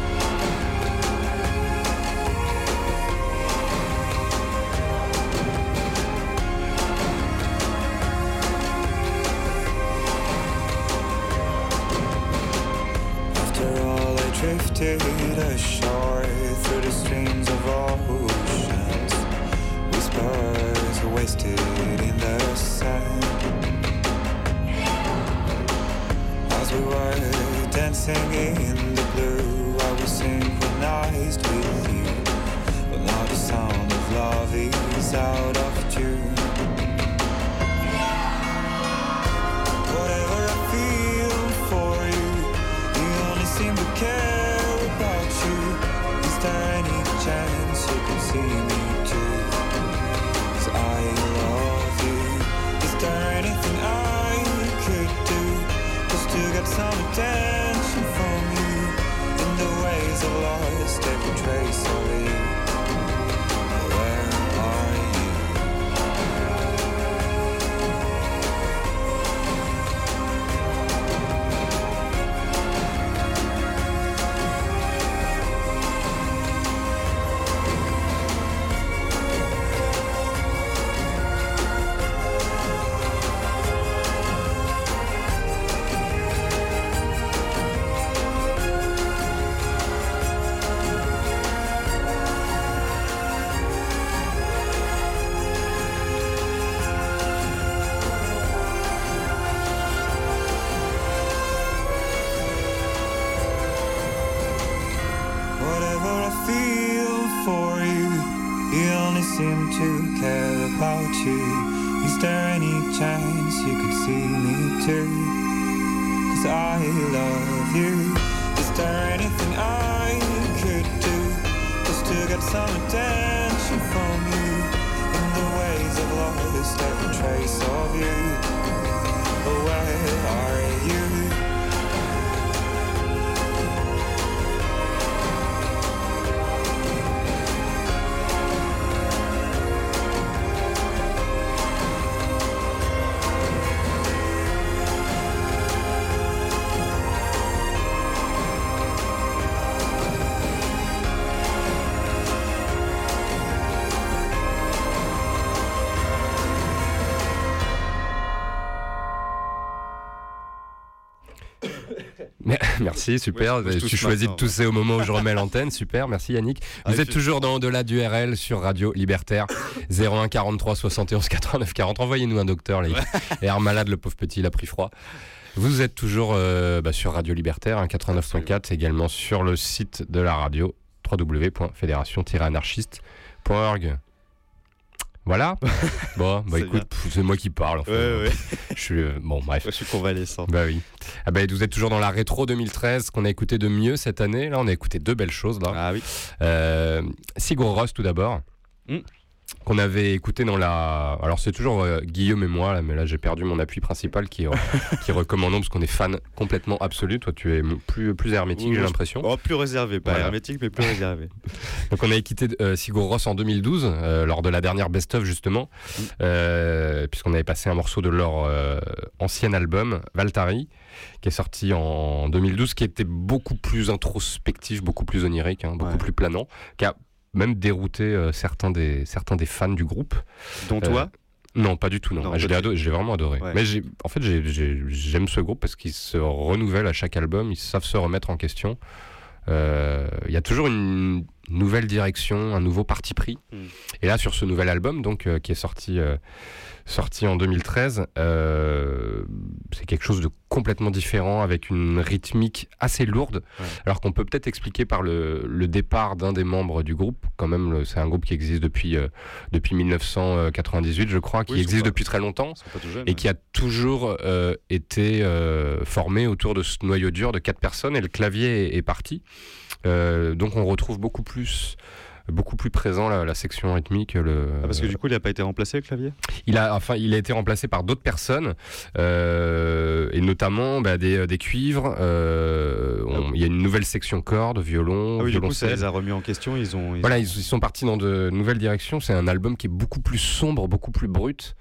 After all I drifted ashore through the streams of oceans. Whispers are wasted in the sand. As we were dancing in the blue, I was synchronized with you. But now the sound of love is out of tune. Whatever I feel for you, you only seem to care about you. Is there any chance you can see me too? 'Cause I love you. Is there anything I could do just to get some attention from you? In the ways I've lost every trace of you. Where are you? Whatever I feel for you, you only seem to care about you. Is there any chance you could see me too? 'Cause I love you. Is there anything I could do just to get some attention from you? In the ways I've lost every trace of you. But where are you? Merci, super. Ouais, tu choisis de tousser au moment où je remets l'antenne. Super, merci Yannick. Vous Ah, êtes toujours dans Au-delà du R L sur Radio Libertaire. zéro un quarante-trois soixante et onze quatre-vingt-neuf quarante. Envoyez-nous un docteur, là. Il est air malade, le pauvre petit, il a pris froid. Vous êtes toujours euh, bah, sur Radio Libertaire, hein, quatre-vingt-neuf point quatre, également sur le site de la radio, w w w point fédération tiret anarchiste point org. Voilà. Bon, bah C'est écoute, bien. pff, c'est moi qui parle. Enfin, Ouais, ouais. Je suis euh, bon, bref. Je suis convalescent. Bah oui. Ah bah, vous êtes toujours dans la rétro deux mille treize, qu'on a écouté de mieux cette année. Là, on a écouté deux belles choses. Là. Ah oui. Euh, Sigur Rós tout d'abord. Mm. Qu'on avait écouté dans la. Alors c'est toujours euh, Guillaume et moi, là, mais là j'ai perdu mon appui principal qui, euh, qui recommandons parce qu'on est fan complètement absolu. Toi tu es plus, plus hermétique, Oui, j'ai je- l'impression. Oh, plus réservé, pas Voilà. hermétique, mais plus réservé. Donc on a écouté euh, Sigur Rós en deux mille douze, euh, lors de la dernière best-of justement, Mm. euh, puisqu'on avait passé un morceau de leur euh, ancien album, Valtari, qui est sorti en deux mille douze, qui était beaucoup plus introspectif, beaucoup plus onirique, hein, beaucoup Ouais. plus planant, qui a même dérouté euh, certains, des, certains des fans du groupe. Dont Euh, toi Non, pas du tout, non. Non, Ah, je pas l'ai du ado- je l'ai vraiment adoré. Ouais. Mais j'ai, en fait, j'ai, j'ai- j'aime ce groupe parce qu'ils se renouvellent à chaque album, ils savent se remettre en question. Euh, Il y a toujours une, nouvelle direction, un nouveau parti pris. Mm. Et là, sur ce nouvel album, donc euh, qui est sorti, euh, sorti en deux mille treize, euh, c'est quelque chose de complètement différent, avec une rythmique assez lourde, Ouais. alors qu'on peut peut-être expliquer par le, le départ d'un des membres du groupe. Quand même, le- c'est un groupe qui existe depuis, euh, depuis mille neuf cent quatre-vingt-dix-huit, je crois, qui Oui, ils sont existe pas- depuis très longtemps. Ils sont pas tout jeunes, Et qui a toujours euh, été euh, formé autour de ce noyau dur de quatre personnes, et le clavier est, est parti. Euh, donc on retrouve beaucoup plus, beaucoup plus présent la, la section rythmique. Le, Ah, parce que du coup, il n'a pas été remplacé, le clavier il a, enfin, il a été remplacé par d'autres personnes, euh, et notamment bah, des, des cuivres. euh, on- Il y a une nouvelle section cordes, violon, Ah oui, du coup, ça violoncelle. les a remis en question. Ils ont. ils Voilà, ont- ils, ils sont partis dans de nouvelles directions. C'est un album qui est beaucoup plus sombre, beaucoup plus brut,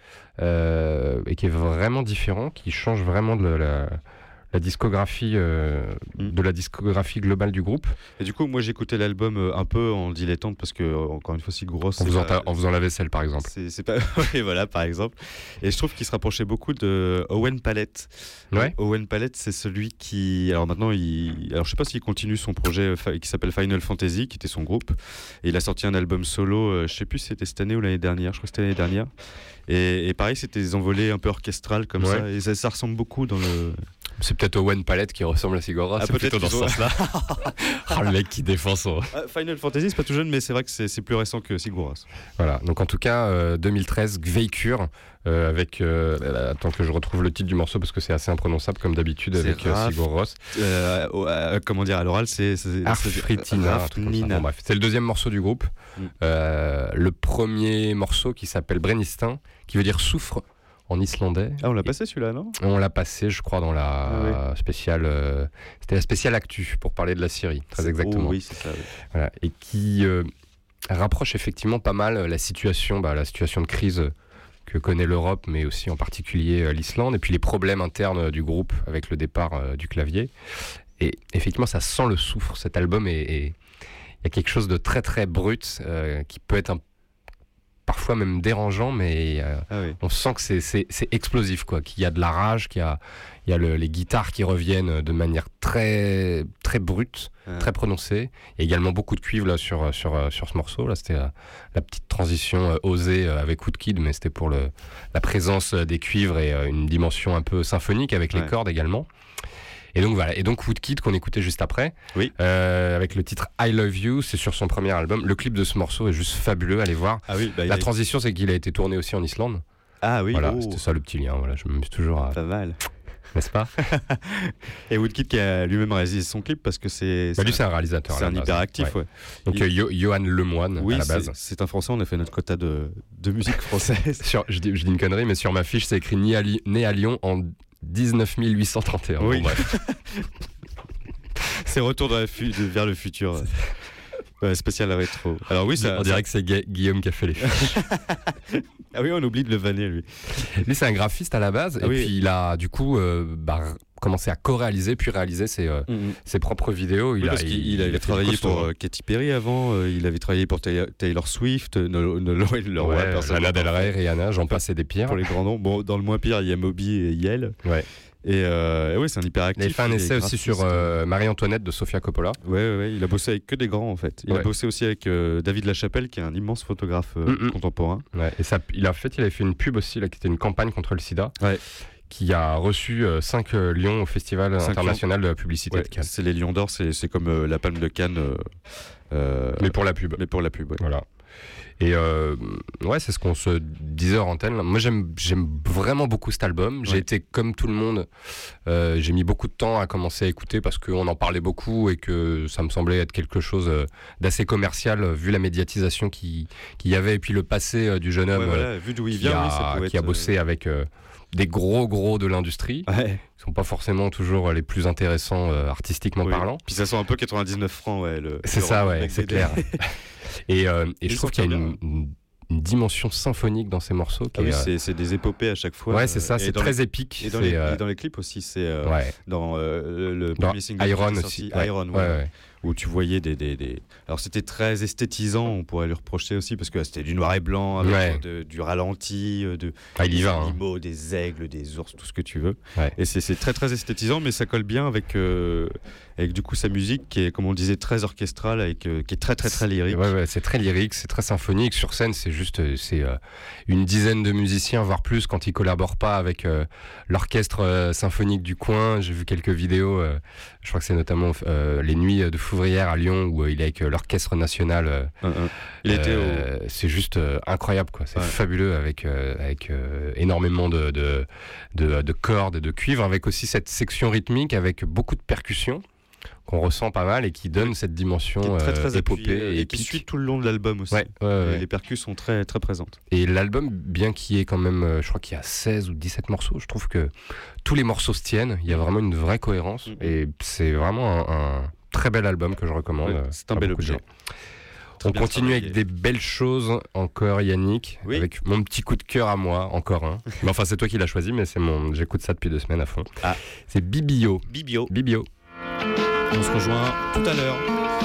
euh, et qui est vraiment différent, qui change vraiment de la, la discographie, euh, Mm. de la discographie globale du groupe. Et du coup, moi, j'écoutais l'album euh, un peu en dilettante parce que, euh, encore une fois, Sigur Rós, En c'est faisant, pas- ta- en faisant la vaisselle, par exemple. C'est c'est pas. Oui, voilà, par exemple. Et je trouve qu'il se rapprochait beaucoup de Owen Pallett. Ouais. Owen Pallett, c'est celui qui. Alors maintenant, il. Alors je sais pas s'il continue son projet euh, fa- qui s'appelle Final Fantasy, qui était son groupe. Et il a sorti un album solo, euh, je sais plus si c'était cette année ou l'année dernière. Je crois que c'était l'année dernière. Et, et pareil, c'était des envolées un peu orchestrales comme Ouais. ça. Et ça, ça ressemble beaucoup dans le. C'est peut-être Owen Pallett qui ressemble à Sigur Rós. Ah, c'est peut-être plutôt dans ce qu'ils ont- sens-là. Ah, le mec qui défend son. Ah, Final Fantasy, c'est pas tout jeune, mais c'est vrai que c'est c'est plus récent que Sigur Rós. Voilà, donc en tout cas, euh, deux mille treize, Gveikur, euh, avec. Euh, attends que je retrouve le titre du morceau parce que c'est assez imprononçable comme d'habitude C'est avec euh, Raf- Sigur Rós. Euh, oh, euh, comment dire, à l'oral, c'est. c'est- Arfritina, c'est- un truc comme ça. Nina. Bon, bref, c'est le deuxième morceau du groupe. Mm. Euh, le premier morceau qui s'appelle Brennistin, qui veut dire souffre en islandais. Ah, on l'a passé celui-là, non On l'a passé, je crois, dans la Ah spéciale. euh, C'était la spéciale Actu pour parler de la Syrie, très C'est- exactement. Oh, oui, c'est ça. oui. Voilà, et qui euh, rapproche effectivement pas mal la situation, bah, la situation de crise que connaît l'Europe, mais aussi en particulier euh, l'Islande, et puis les problèmes internes euh, du groupe avec le départ euh, du clavier. Et effectivement, ça sent le soufre. Cet album est, est- il y a quelque chose de très très brut euh, qui peut être un- parfois même dérangeant, mais euh, Ah oui. on sent que c'est, c'est, c'est explosif, quoi. Qu'il y a de la rage, qu'il y a, il y a le- les guitares qui reviennent de manière très très brute, Ah. très prononcée. Il y a également beaucoup de cuivre là sur sur euh, sur ce morceau. Là, c'était euh, la petite transition euh, osée euh, avec Woodkid, mais c'était pour le la présence euh, des cuivres et euh, une dimension un peu symphonique avec les Ouais. cordes également. Et donc voilà, et donc Woodkid qu'on écoutait juste après, Oui. euh, avec le titre I Love You, c'est sur son premier album. Le clip de ce morceau est juste fabuleux, allez voir. Ah oui, bah, il La a- transition, c'est qu'il a été tourné aussi en Islande. Ah oui, Voilà, oh, c'était ça le petit lien. Voilà, je m'amuse toujours à. pas mal. N'est-ce pas? Et Woodkid qui a lui-même réalisé son clip parce que c'est. Bah, lui, c'est un réalisateur. à C'est la un base. hyperactif, Ouais. ouais. Donc, Il- euh, Yo- Johan Lemoine, Oui, à la c'est- base. c'est un Français, on a fait notre quota de, de musique française. Sur, je, dis, je dis une connerie, mais sur ma fiche, c'est écrit né à, Li- né à Lyon en dix-neuf mille huit cent trente et un. Oui. Bon, bref. C'est Retour dans la fu- de- vers le futur. Ouais, spécial rétro. Alors oui, ça, On dirait que c'est Gu- Guillaume qui a fait les fiches. Ah oui, on oublie de le vanner, lui. Lui, c'est un graphiste à la base. Ah et oui. puis, il a, du coup, euh, bah, commencé à co-réaliser, puis réaliser ses, euh, ses propres vidéos. Il Oui, a, parce qu'il il il avait a fait travaillé du costaud, pour hein. euh, Katy Perry avant, euh, il avait travaillé pour Taylor, Taylor Swift, euh, Nolo Nolo et Leroy, Ouais, personne Lana n'a Del pas Rey, fait. Rihanna, j'en passe et des pires. Pour les grands noms. Bon, dans le moins pire, il y a Moby et Yel. Ouais. Et euh, oui, c'est un hyperactif. Il avait fait un il est essai aussi graphiste. sur euh, Marie-Antoinette de Sofia Coppola. Ouais, ouais, ouais, il a bossé avec que des grands en fait. Il Ouais. a bossé aussi avec euh, David Lachapelle, qui est un immense photographe euh, Mm-mm. contemporain. Ouais, et ça, il a fait, il avait fait une pub aussi là, qui était une campagne contre le sida, Ouais. qui a reçu cinq lions au Festival Cinq international de la publicité Ouais, de Cannes. c'est les Lions d'Or, c'est c'est comme euh, la Palme de Cannes, euh, euh, Mais pour la pub. mais pour la pub. ouais. Voilà. Et euh, ouais, c'est ce qu'on se disait hors antenne. Moi, j'aime, j'aime vraiment beaucoup cet album. J'ai Ouais. été comme tout le monde. Euh, j'ai mis beaucoup de temps à commencer à écouter parce qu'on en parlait beaucoup et que ça me semblait être quelque chose euh, d'assez commercial euh, vu la médiatisation qui qu'il y avait et puis le passé euh, du jeune homme Ouais, euh, voilà, vu d'où il qui, vient, a, oui, ça pouvait qui a être, bossé avec euh, des gros gros de l'industrie. euh, Ouais. Qui sont pas forcément toujours les plus intéressants euh, artistiquement Oui. parlant. Puis ça sent un peu quatre-vingt-dix-neuf francs, ouais. Le, C'est le ça, rock ouais, avec c'est des- clair. Et, euh, et je Ils trouve qu'il y a sont une, une- une dimension symphonique dans ces morceaux. Qui Ah oui, est, euh, c'est c'est des épopées à chaque fois. ouais, c'est ça, euh, et c'est dans très les- épique. Et dans, c'est, les, euh, et dans les clips aussi, c'est euh, ouais. dans euh, le, le Dans premier single Iron qui est aussi. sorti, ouais. Iron, Ouais, ouais. ouais. où tu voyais des, des, des... Alors c'était très esthétisant, on pourrait lui reprocher aussi, parce que c'était du noir et blanc, avec Ouais. de- du ralenti, euh, de, Ah, il y des va, hein. animaux, des aigles, des ours, tout ce que tu veux. Ouais. Et c'est, c'est très très esthétisant, mais ça colle bien avec, euh, avec du coup sa musique qui est, comme on le disait, très orchestrale, avec, euh, qui est très très très lyrique. Ouais, ouais, c'est très lyrique, c'est très symphonique. Sur scène, c'est juste euh, c'est euh, une dizaine de musiciens, voire plus, quand ils collaborent pas avec euh, l'orchestre euh, symphonique du coin. J'ai vu quelques vidéos. euh, je crois que c'est notamment euh, les Nuits de Fouvrière à Lyon, où euh, il est avec euh, l'orchestre national. euh, Un, un. Il était euh, C'est juste euh, incroyable, quoi. C'est Ouais. fabuleux avec euh, avec euh, énormément de, de de de cordes et de cuivre, avec aussi cette section rythmique avec beaucoup de percussions qu'on ressent pas mal et qui donne cette dimension au, qui est très très euh, appuyé, épopée et et qui épique. suit tout le long de l'album aussi. Ouais, ouais, Et ouais. Les percus sont très très présentes. Et l'album, bien qu'il y ait quand même, euh, je crois qu'il y a seize ou dix-sept morceaux, je trouve que tous les morceaux se tiennent, il y a vraiment une vraie cohérence, Mhm. et c'est vraiment un, un très bel album que je recommande. Ouais, euh, c'est un à bel beaucoup de objet. gens. Très On bien continue travaillé. avec des belles choses encore, Yannick, Oui. avec mon petit coup de cœur à moi, encore un. Mais enfin, c'est toi qui l'as choisi, mais c'est mon, j'écoute ça depuis deux semaines à fond. Ah. C'est Bibio. Bibio. Bibio. On se rejoint tout à l'heure.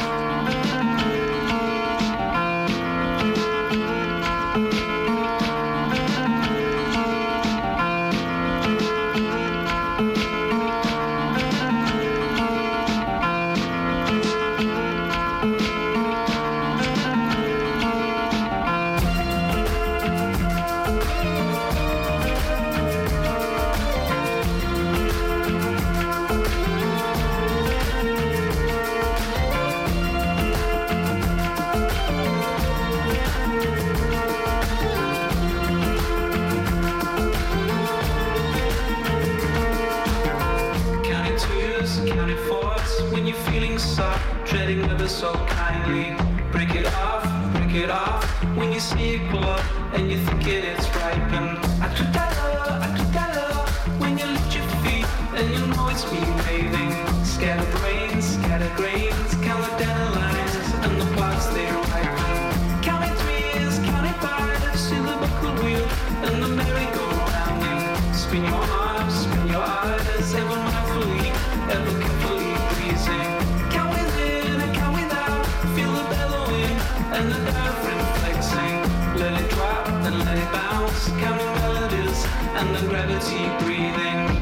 Counting twos, counting fours, when you're feeling soft, treading ever so kindly. Break it off, break it off, when you see it glow and you're thinking it's ripened. À tout à l'heure, à tout à l'heure, when you lift your feet and you know it's me waving. Scatter brains, scatter grains, count the dandelions and the plots they ripen. Counting threes, counting fives, see the buckle wheel and the merry-go-round. You spin your arms, spin your eyes, ever mindfully, ever carefully pleasing. Count within and count without, feel the bellowing and the diaphragm flexing. Let it drop and let it bounce, counting melodies and the gravity breathing.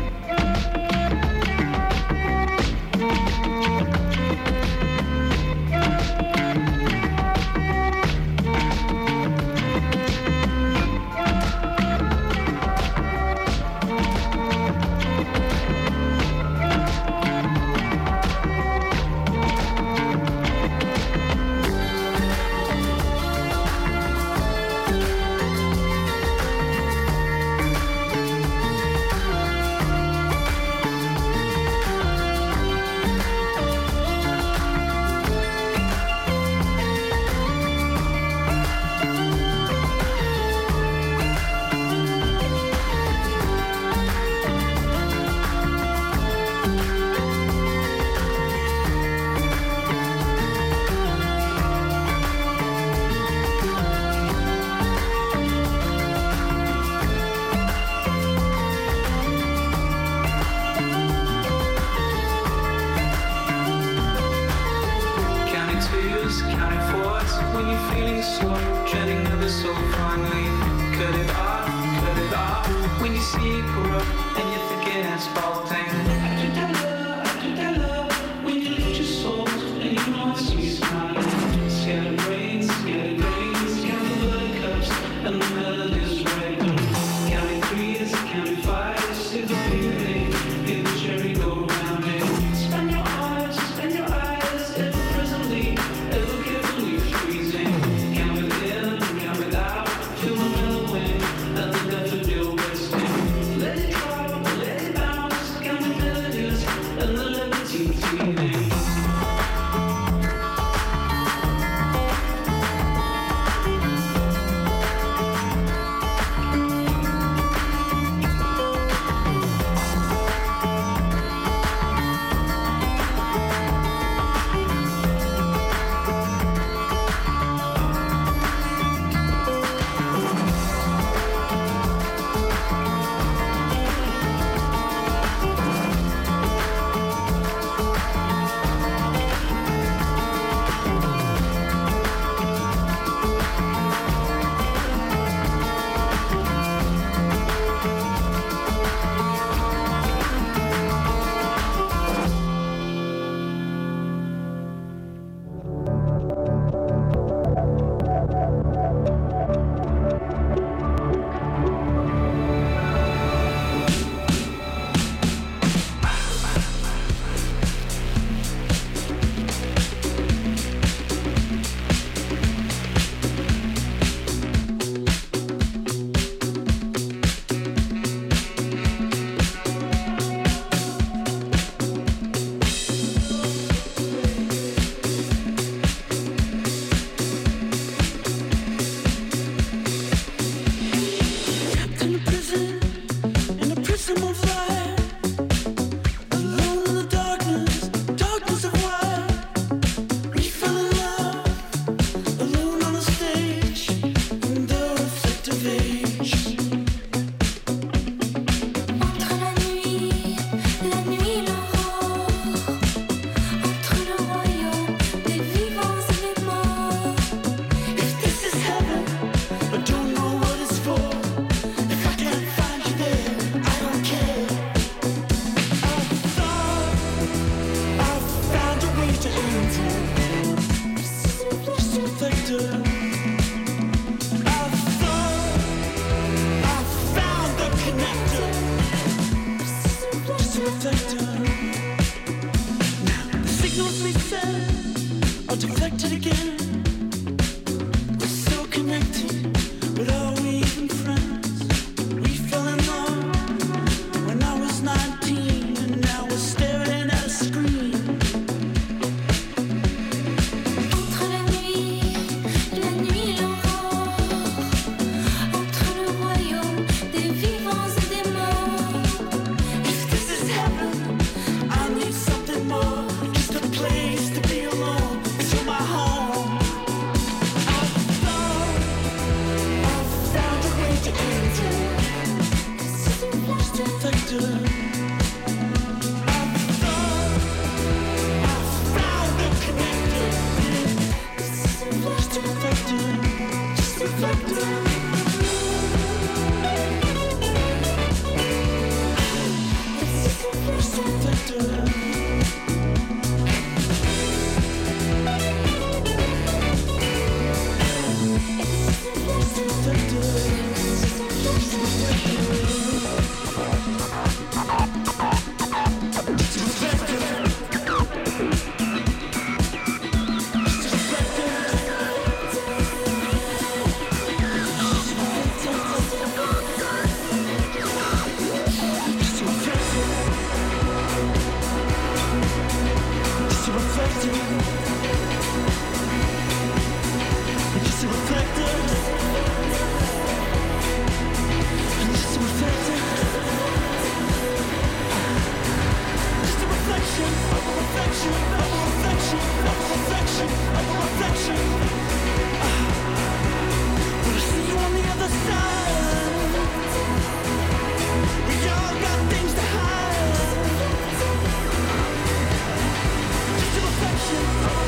Just a reflection.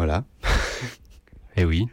Voilà. Eh oui.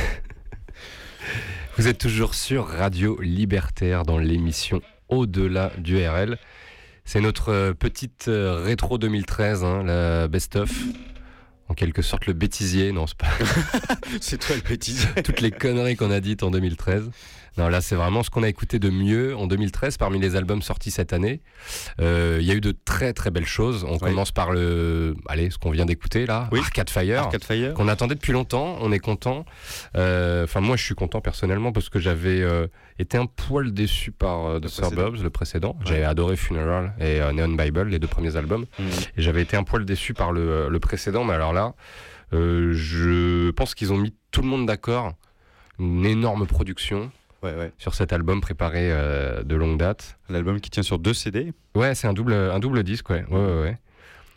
Vous êtes toujours sur Radio Libertaire dans l'émission Au-delà du R L. C'est notre euh, petite euh, rétro deux mille treize, hein, la best-of. En quelque sorte le bêtisier, non c'est pas... C'est toi le bêtisier. Toutes les conneries qu'on a dites en deux mille treize. Non, là c'est vraiment ce qu'on a écouté de mieux en deux mille treize parmi les albums sortis cette année. Il euh, y a eu de très très belles choses. On oui. commence par le, allez, ce qu'on vient d'écouter là, oui. Arcade Fire, Arcade Fire, qu'on attendait depuis longtemps. On est content. Enfin euh, moi je suis content personnellement parce que j'avais euh, été un poil déçu par euh, The Suburbs, le précédent. Ouais. J'avais adoré Funeral et euh, Neon Bible, les deux premiers albums, mmh. et j'avais été un poil déçu par le, le précédent. Mais alors là, euh, je pense qu'ils ont mis tout le monde d'accord. Une énorme production. Ouais, ouais. Sur cet album préparé euh, de longue date. L'album qui tient sur deux C D. Ouais, c'est un double, un double disque, ouais. ouais, ouais, ouais.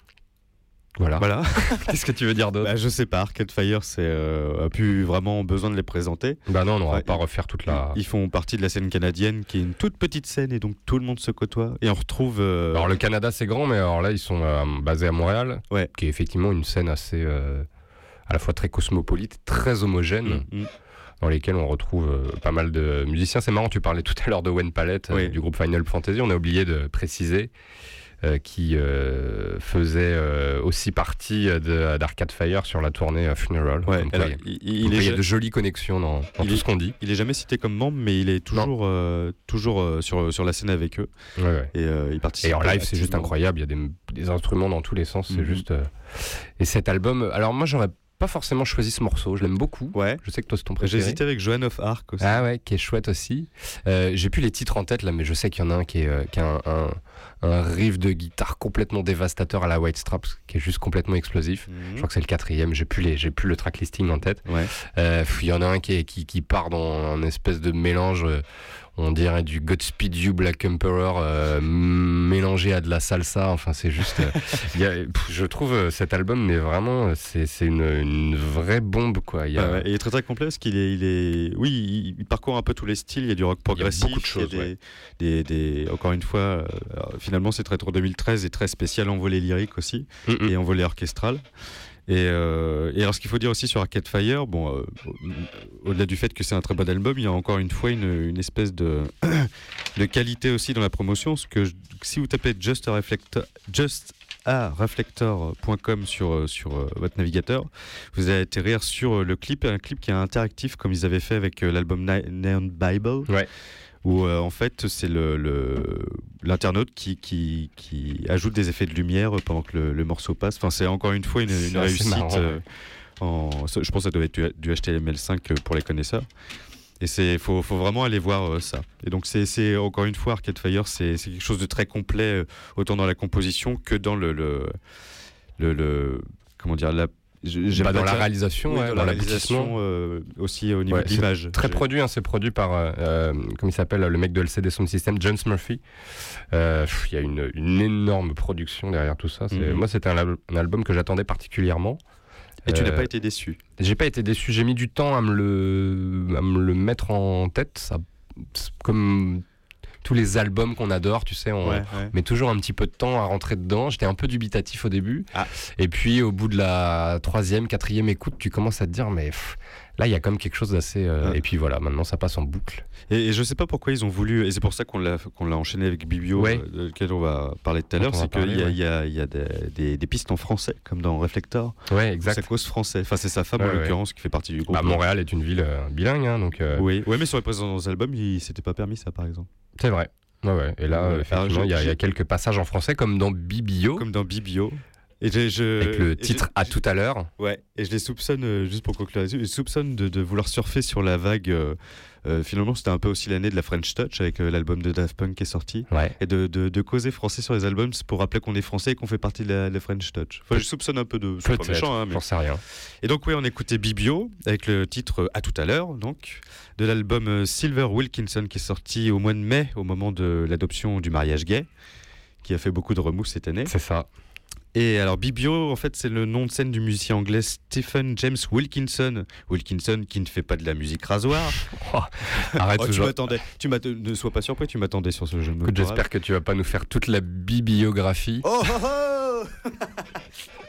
Voilà. voilà. Qu'est-ce que tu veux dire d'autre? Bah, je sais pas, Arcade Fire, c'est euh, a plus vraiment besoin de les présenter. Bah non, on va ouais, pas ils, refaire toute la... Ils font partie de la scène canadienne, qui est une toute petite scène, et donc tout le monde se côtoie. Et on retrouve... Euh... Alors le Canada, c'est grand, mais alors là, ils sont euh, basés à Montréal, ouais. qui est effectivement une scène assez... Euh, à la fois très cosmopolite, très homogène. Mmh, mmh. Dans lesquels on retrouve euh, pas mal de musiciens. C'est marrant, tu parlais tout à l'heure de Wayne Palette, oui. euh, du groupe Final Fantasy. On a oublié de préciser euh, qui euh, faisait euh, aussi partie de, d'Arcade Fire sur la tournée euh, Funeral. Ouais, donc, alors, ouais, il, il, il y a ja... de jolies connexions dans, dans tout est, ce qu'on dit. Il est jamais cité comme membre, mais il est toujours, euh, toujours euh, sur, sur la scène avec eux. Ouais, ouais. Et euh, il participe. Et en live, c'est juste incroyable. Il y a des, des instruments dans tous les sens. Mm-hmm. C'est juste. Euh... Et cet album. Alors moi, j'aurais pas forcément choisi ce morceau, je l'aime beaucoup. Ouais. Je sais que toi c'est ton préféré. J'ai hésité avec Joan of Arc aussi. Ah ouais, qui est chouette aussi. Euh, j'ai plus les titres en tête là, mais je sais qu'il y en a un qui, est, euh, qui a un, un, un riff de guitare complètement dévastateur à la White Stripes, qui est juste complètement explosif. Mm-hmm. Je crois que c'est le quatrième. J'ai plus les, j'ai plus le track listing en tête. Ouais. Euh, il y en a un qui, est, qui, qui part dans un espèce de mélange. Euh, on dirait du Godspeed You Black Emperor euh, mélangé à de la salsa. Enfin, c'est juste. Euh, y a, pff, je trouve euh, cet album, mais vraiment, c'est, c'est une, une vraie bombe, quoi. Il, y a... ah ouais, et il est très très complet parce qu'il est, il est, oui, il, il parcourt un peu tous les styles. Il y a du rock progressif, il y a beaucoup de choses. Il y a des, ouais. des, des, encore une fois, euh, finalement, cette rétro deux mille treize est très spéciale en volet lyrique aussi mm-hmm. et en volet orchestral. Et, euh, et alors ce qu'il faut dire aussi sur Arcade Fire, bon, euh, au-delà du fait que c'est un très bon album, il y a encore une fois une, une espèce de, de qualité aussi dans la promotion, parce que je, si vous tapez Just a Reflector, Just a reflector point com sur, sur euh, votre navigateur, vous allez atterrir sur le clip, un clip qui est interactif comme ils avaient fait avec euh, l'album Neon Bible. Ouais. Où euh, en fait c'est le, le, l'internaute qui, qui, qui ajoute des effets de lumière pendant que le, le morceau passe. Enfin, c'est encore une fois une, une réussite. Marrant, ouais. euh, en, je pense que ça doit être du, du H T M L cinq pour les connaisseurs. Et il faut, faut vraiment aller voir euh, ça. Et donc c'est, c'est encore une fois Arcade Fire, c'est, c'est quelque chose de très complet, euh, autant dans la composition que dans le, le, le, le comment dire, la J'ai bah dans la réalisation, oui, ouais, dans, dans la réalisation euh, aussi au niveau ouais, de l'image. Très J'ai... produit, hein, c'est produit par, euh, comme il s'appelle, le mec de L C D Sound System, James Murphy. Il euh, y a une, une énorme production derrière tout ça. C'est... Mm-hmm. Moi, c'était un, un album que j'attendais particulièrement. Et euh, tu n'as pas été déçu? J'ai pas été déçu. J'ai mis du temps à me le, à me le mettre en tête. Ça, comme tous les albums qu'on adore, tu sais, on ouais, ouais. met toujours un petit peu de temps à rentrer dedans. J'étais un peu dubitatif au début. Ah. Et puis, au bout de la troisième, quatrième écoute, tu commences à te dire, mais pff, là, il y a quand même quelque chose d'assez... Euh, ah. Et puis voilà, maintenant, ça passe en boucle. Et, et je sais pas pourquoi ils ont voulu... Et c'est pour ça qu'on l'a, qu'on l'a enchaîné avec Bibio, ouais. euh, de lequel on va parler tout à l'heure. C'est qu'il y a, ouais. y a, y a des, des, des pistes en français, comme dans Reflector. Ouais, exact. Ça cause français. Enfin, c'est sa femme, ouais, en ouais. l'occurrence, qui fait partie du groupe. Bah, Montréal est une ville euh, bilingue, hein, donc... Euh... Oui. ouais, mais sur les précédents albums, il s'était pas permis ça, par exemple. C'est vrai. Ouais, ouais. Et là, ouais, effectivement, il y, y a quelques passages en français, comme dans Bibio. Comme dans Bibio. Et je, je, Avec le titre je, à tout à l'heure. Ouais, et je les soupçonne, euh, juste pour conclure là-dessus, je les soupçonne de, de vouloir surfer sur la vague. Euh, euh, finalement, c'était un peu aussi l'année de la French Touch avec euh, l'album de Daft Punk qui est sorti. Ouais. Et de, de, de causer français sur les albums pour rappeler qu'on est français et qu'on fait partie de la, la French Touch. Enfin, je soupçonne un peu de. C'est pas méchant, hein, mais... j'en sais rien. Et donc, oui, on écoutait Bibio avec le titre à tout à l'heure, donc, de l'album Silver Wilkinson qui est sorti au mois de mai, au moment de l'adoption du mariage gay, qui a fait beaucoup de remous cette année. C'est ça. Et alors Bibio, en fait, c'est le nom de scène du musicien anglais Stephen James Wilkinson. Wilkinson qui ne fait pas de la musique rasoir. Oh, arrête oh, toujours. Tu m'attendais. Tu m'attendais. Ne sois pas surpris, tu m'attendais sur ce jeu de mots. Écoute, j'espère que tu vas pas nous faire toute la bibliographie. Oh, oh, oh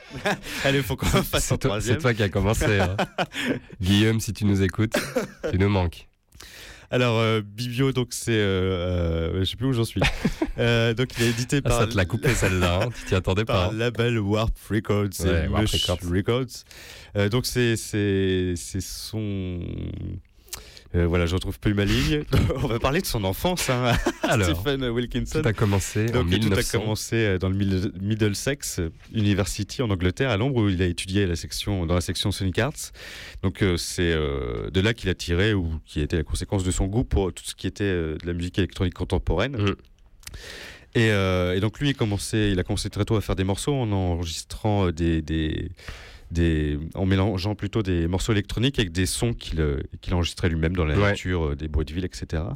Allez, faut qu'on fasse C'est un toi, troisième. c'est toi qui as commencé. Hein. Guillaume, si tu nous écoutes, tu nous manques. Alors, euh, Bibio, donc c'est. Euh, euh, je sais plus où j'en suis. Euh, donc, il est édité Ah, par. ça te l'a coupé celle-là, hein. Tu t'y attendais pas. Par hein. label Warp Records. Ouais, et Warp Lush Records. Records. Euh, donc, c'est, c'est, c'est son. Euh, voilà, je retrouve plus ma ligne. On va parler de son enfance, hein, Alors, Stephen Wilkinson. tout a commencé en Donc, mille neuf tout a cents. commencé dans le Mid- Middlesex University en Angleterre, à Londres, où il a étudié la section, dans la section Sonic Arts. Donc, euh, c'est euh, de là qu'il a tiré, ou qui a été la conséquence de son goût pour tout ce qui était euh, de la musique électronique contemporaine. Mm. Et, euh, et donc, lui, il, commençait, il a commencé très tôt à faire des morceaux en enregistrant euh, des. des Des, en mélangeant plutôt des morceaux électroniques avec des sons qu'il, euh, qu'il enregistrait lui-même dans la Ouais. nature, euh, des bruits de ville, et cetera.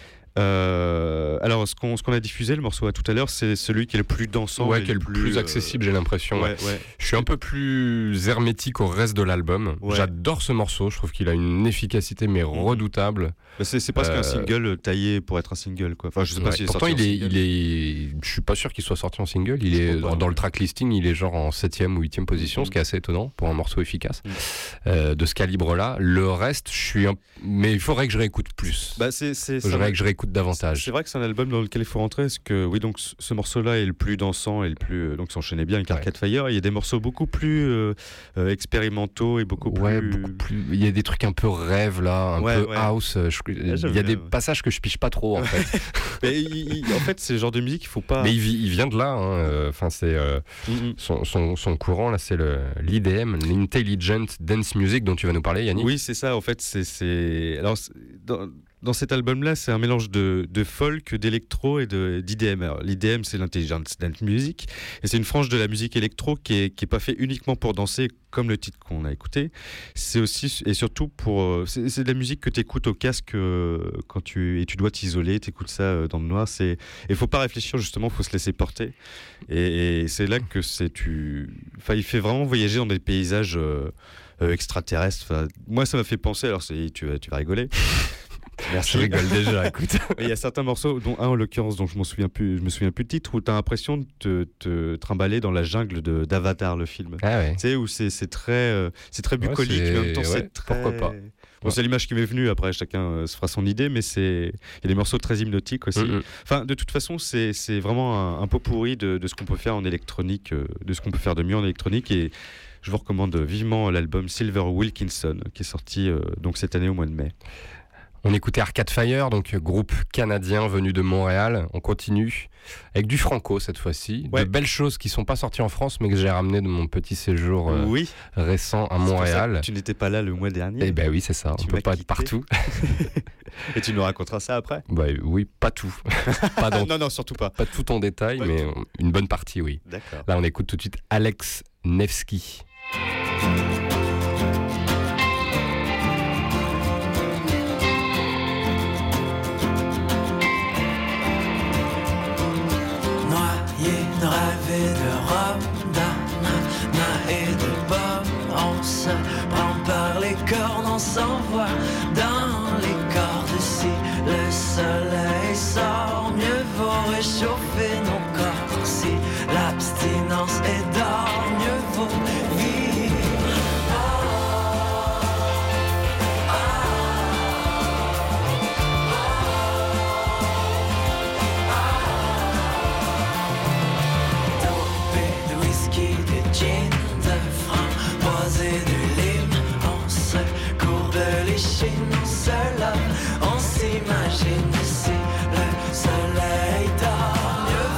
Euh, alors, ce qu'on, ce qu'on a diffusé, le morceau à tout à l'heure, c'est celui qui est le plus dansant. Ouais, et qui est le plus euh, accessible, j'ai l'impression. Ouais, ouais. ouais. Je suis un peu plus hermétique au reste de l'album. Ouais. J'adore ce morceau. Je trouve qu'il a une efficacité mais redoutable. Bah, c'est, c'est presque Euh, un single taillé pour être un single, quoi. Enfin, je sais pas Ouais, s'il est pourtant, sorti il en est, single. il est, je suis pas sûr qu'il soit sorti en single. Il Je est crois pas, dans, dans ouais. le track listing, il est genre en septième ou huitième position, Mhm. ce qui est assez étonnant pour un morceau efficace Mhm. euh, de ce calibre-là. Le reste, je suis, un... mais il faudrait que je réécoute plus. Bah, c'est, c'est, il ça faudrait va- que je réécoute davantage. C'est vrai que c'est un album dans lequel il faut rentrer, parce que oui, donc ce- ce morceau-là est le plus dansant et le plus, euh, donc s'enchaînait bien avec Ouais. Arcade Fire. Il y a des morceaux beaucoup plus euh, euh, expérimentaux et beaucoup Ouais, plus. beaucoup plus. Il y a des trucs un peu rêve là, un Ouais, peu ouais. house. euh, je- Il j'aime y a bien, des ouais. passages que je piche pas trop en fait. Mais il- il- en fait, c'est le genre de musique qu'il faut pas. Mais il, vi- il vient de là. hein, euh, Enfin, c'est euh, Mhm. son, son, son courant là, c'est le l'I D M, l'Intelligent Dance Music dont tu vas nous parler, Yannick. Oui, c'est ça. En fait, c'est, c'est... alors c'est- dans, dans cet album-là, c'est un mélange de, de folk, d'électro et de d'I D M. Alors, l'I D M, c'est l'intelligent dance music, et c'est une frange de la musique électro qui est qui est pas fait uniquement pour danser, comme le titre qu'on a écouté. C'est aussi et surtout pour euh, c'est, c'est de la musique que tu écoutes au casque euh, quand tu et tu dois t'isoler, tu écoutes ça euh, dans le noir. C'est il faut pas réfléchir, justement, faut se laisser porter. Et, et c'est là que c'est tu. Enfin, il fait vraiment voyager dans des paysages euh, euh, extraterrestres. Enfin, moi, ça m'a fait penser. Alors, c'est, tu vas tu vas rigoler. Merci. Je rigole déjà, écoute. Mais il y a certains morceaux, dont un en l'occurrence, dont je m'en souviens plus, je me souviens plus du titre, où tu as l'impression de te, te trimballer dans la jungle de, d'Avatar, le film. Ah ouais. Tu sais, où c'est, c'est très, euh, c'est très Ouais, bucolique, c'est- mais en même temps, ouais, c'est très. pourquoi pas. Bon, c'est l'image qui m'est venue. Après, chacun euh, se fera son idée, mais c'est, il y a des morceaux très hypnotiques aussi. Mm-mm. Enfin, de toute façon, c'est, c'est vraiment un, un pot pourri de, de ce qu'on peut faire en électronique, euh, de ce qu'on peut faire de mieux en électronique. Et je vous recommande vivement l'album Silver Wilkinson, qui est sorti euh, donc cette année au mois de mai. On écoutait Arcade Fire, donc groupe canadien venu de Montréal. On continue avec du franco cette fois-ci. Ouais. De belles choses qui sont pas sorties en France, mais que j'ai ramené de mon petit séjour euh, oui, récent à c'est pour ça Montréal. que tu n'étais pas là le mois dernier. Eh ben oui, c'est ça. Tu On peut m'as pas quitté. être partout. Et tu nous raconteras ça après. Bah oui, pas tout. pas, dans, Non, non, surtout pas. pas tout en détail, Pas mais tout. une bonne partie, oui. D'accord. Là, on écoute tout de suite Alex Nevsky. Noyé de rêve et de robe d'Anna et de Bob, on se prend par les cordes, on s'envoie dans les cordes. Si le soleil sort, mieux vaut réchauffer nos corps. Si l'abstinence est d'or, mieux vaut vivre. Dopé de whisky, de gin, de framboise et de lime. On se courbe les chines, on se love, on s'imagine si le soleil dort, mieux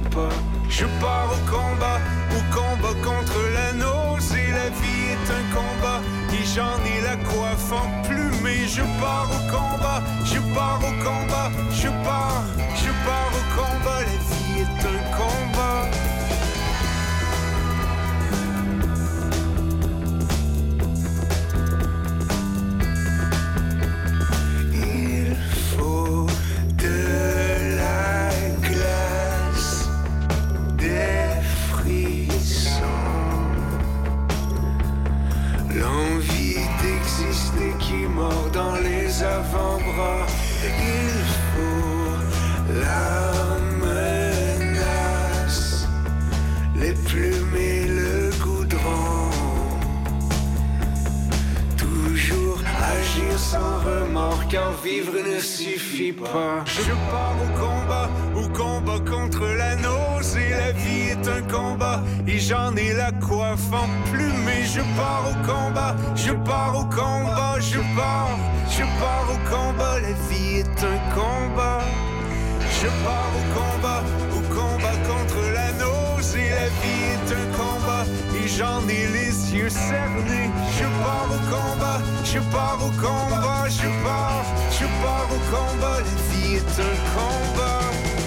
pas. Je pars au combat, au combat contre la nausée. La vie est un combat et j'en ai la coiffe emplumée. Je pars au combat, je pars au combat, je pars, je pars au combat. La vie est un combat. Il faut de la glace, des frissons, l'envie d'exister qui mord dans les avant-bras. Il faut la menace, les plumes et le goudron. Toujours agir sans remords car vivre ne suffit pas. Je pars au combat, au combat contre la nausée. La vie est un combat et j'en ai la coiffe emplumée. Je pars au combat, je pars au combat, je pars, je pars au combat. La vie est un combat. Je pars au combat, au combat contre la nausée. La vie est un combat et j'en ai les yeux cernés. Je pars au combat, je pars au combat, je pars, je pars au combat. La vie est un combat.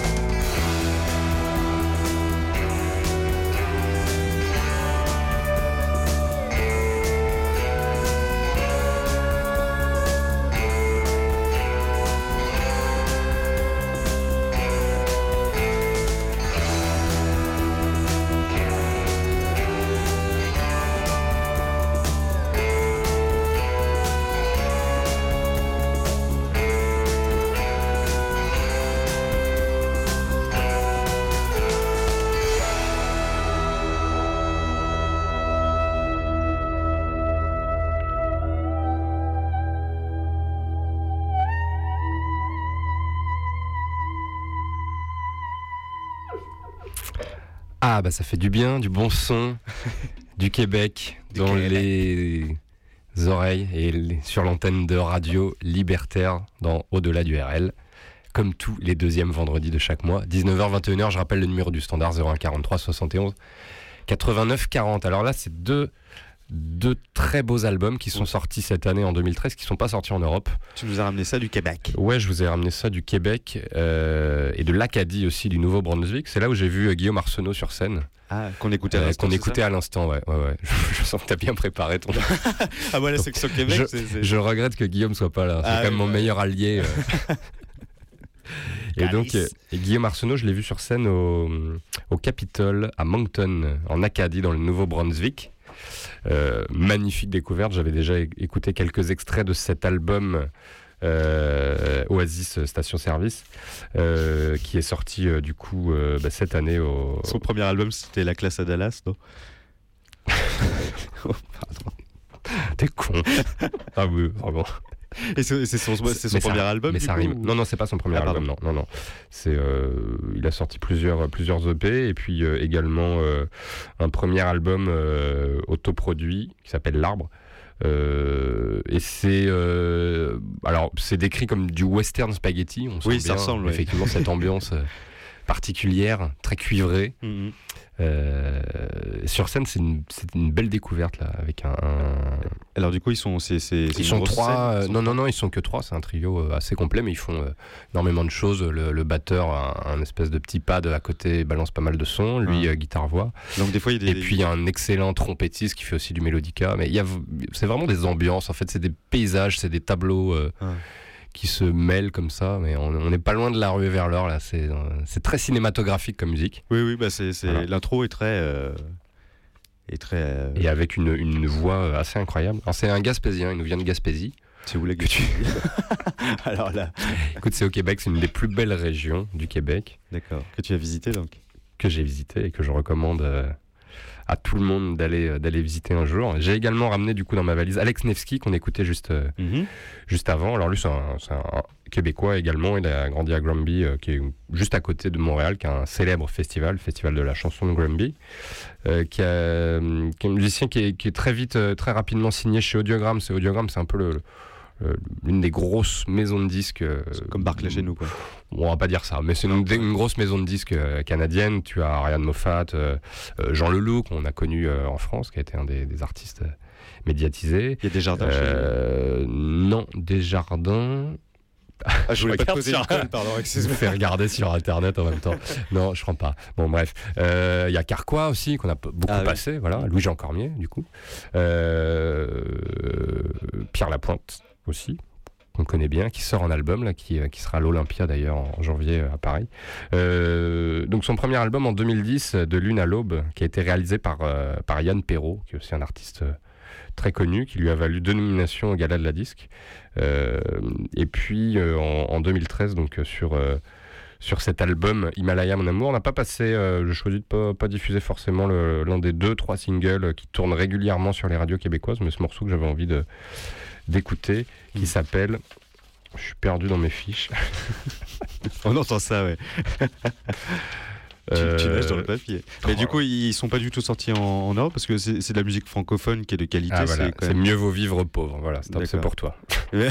Ah bah ça fait du bien, du bon son, du Québec dans les oreilles et les- sur l'antenne de radio libertaire dans Au-delà du R L, comme tous les deuxièmes vendredis de chaque mois, dix-neuf heures vingt et une heures. Je rappelle le numéro du standard zéro un quarante-trois soixante et onze quatre-vingt-neuf quarante. Alors là, c'est deux, deux très beaux albums qui sont sortis cette année en deux mille treize, qui ne sont pas sortis en Europe. Tu nous as ramené ça du Québec. Ouais, je vous ai ramené ça du Québec euh, et de l'Acadie aussi, du Nouveau-Brunswick. C'est là où j'ai vu euh, Guillaume Arsenault sur scène. Ah, qu'on écoutait à Euh, l'instant. qu'on c'est écoutait à l'instant, ouais. ouais, ouais. Je, je sens que tu as bien préparé ton. ça Ah, voilà, c'est que sur Québec, je, c'est. c'est- je regrette que Guillaume soit pas là. C'est Ah, quand même oui, mon ouais. meilleur allié. euh. Et donc, euh, et Guillaume Arsenault, je l'ai vu sur scène au, au Capitole à Moncton, en Acadie, dans le Nouveau-Brunswick. Euh, magnifique découverte. J'avais déjà é- écouté quelques extraits de cet album euh, Oasis Station Service, euh, qui est sorti euh, du coup euh, bah, cette année au. Son premier album, c'était La classe à Dallas, non? T'es con. Ah oui, vraiment. Et c'est c'est son, c'est son Mais premier ça- album Mais du ça coup, rime. ou- Non, non, c'est pas son premier Ah, album. Non, non, non. C'est, euh, il a sorti plusieurs, plusieurs E P et puis euh, également euh, un premier album euh, autoproduit qui s'appelle L'Arbre. Euh, et c'est, euh, alors, c'est décrit comme du western spaghetti. On sent Oui, ça bien, ressemble, ouais. effectivement cette ambiance euh, particulière, très cuivrée. Mhm. Euh, sur scène, c'est une, c'est une belle découverte là, avec un. un- Alors du coup, ils sont, c'est, c'est, c'est Ils une sont grosse trois. scène, euh, ils sont non, non, non, ils sont que trois. C'est un trio euh, assez complet, mais ils font euh, énormément de choses. Le, le batteur a un espèce de petit pad à côté, balance pas mal de sons. Lui, Ah. euh, guitare-voix. Donc des fois, il y a des. Et puis il y a un excellent trompettiste qui fait aussi du mélodica. Mais il y a, v- c'est vraiment des ambiances. En fait, c'est des paysages, c'est des tableaux euh, Ah. qui se mêlent comme ça. Mais on on n'est pas loin de la ruée vers l'or là. C'est, euh, c'est très cinématographique comme musique. Oui, oui, bah c'est, c'est... Voilà. l'intro est très, euh, est très. euh, Et avec une, une voix euh, assez incroyable. Alors c'est un Gaspésien, il nous vient de Gaspésie. C'est où la Que tu- Alors là, Écoute, c'est au Québec, c'est une des plus belles régions du Québec d'accord. Que tu as visité donc. que j'ai visité et que je recommande euh, à tout le monde d'aller, euh, d'aller visiter un jour. J'ai également ramené du coup dans ma valise Alex Nevsky qu'on écoutait juste, euh, juste avant. Alors lui c'est un, c'est un Québécois également, il a grandi à Granby euh, qui est juste à côté de Montréal, qui a un célèbre festival, le festival de la chanson de Granby, euh, qui, a, euh, qui est un musicien qui est, qui est très vite, euh, très rapidement signé chez Audiogramme. C'est Audiogramme, c'est un peu le, euh, l'une des grosses maisons de disques. Euh, Comme Barclay chez nous, quoi. Bon, on va pas dire ça, mais c'est une, une grosse maison de disques euh, canadienne. Tu as Ariane Moffat, euh, euh, Jean Leloup, qu'on a connu euh, en France, qui a été un des, des artistes euh, médiatisés. Il y a Desjardins euh, Non, Desjardins... Ah, je voulais pas te regarde poser sur- une colle, pardon, Je excuse-moi. me fais regarder sur Internet en même temps. Non, je crois pas. Bon, bref. Euh, Il y a Carquois aussi, qu'on a p- beaucoup Ah oui. passé. Voilà. Louis-Jean Cormier, du coup. Euh, Pierre Lapointe aussi, qu'on connaît bien, qui sort un album, là, qui, euh, qui sera à l'Olympia d'ailleurs en janvier euh, à Paris. Euh, donc son premier album en deux mille dix, De Lune à l'Aube, qui a été réalisé par, euh, par Yann Perrault, qui est aussi un artiste euh, très connu, qui lui a valu deux nominations au Gala de la Disque. Euh, et puis euh, en, en deux mille treize, donc euh, sur, euh, sur cet album Himalaya Mon Amour, on n'a pas passé, euh, je choisis de pas, pas diffuser forcément le- l'un des deux, trois singles qui tournent régulièrement sur les radios québécoises, mais ce morceau que j'avais envie de, d'écouter, qui s'appelle... Je suis perdu dans mes fiches. On entend ça, ouais. Tu, tu Euh, nages dans le papier. Mais oh. du coup, ils sont pas du tout sortis en, en Europe parce que c'est c'est de la musique francophone qui est de qualité. Ah, voilà. c'est quand C'est même... mieux vaut vivre pauvre. Voilà, stop, c'est D'accord. pour toi. Ouais.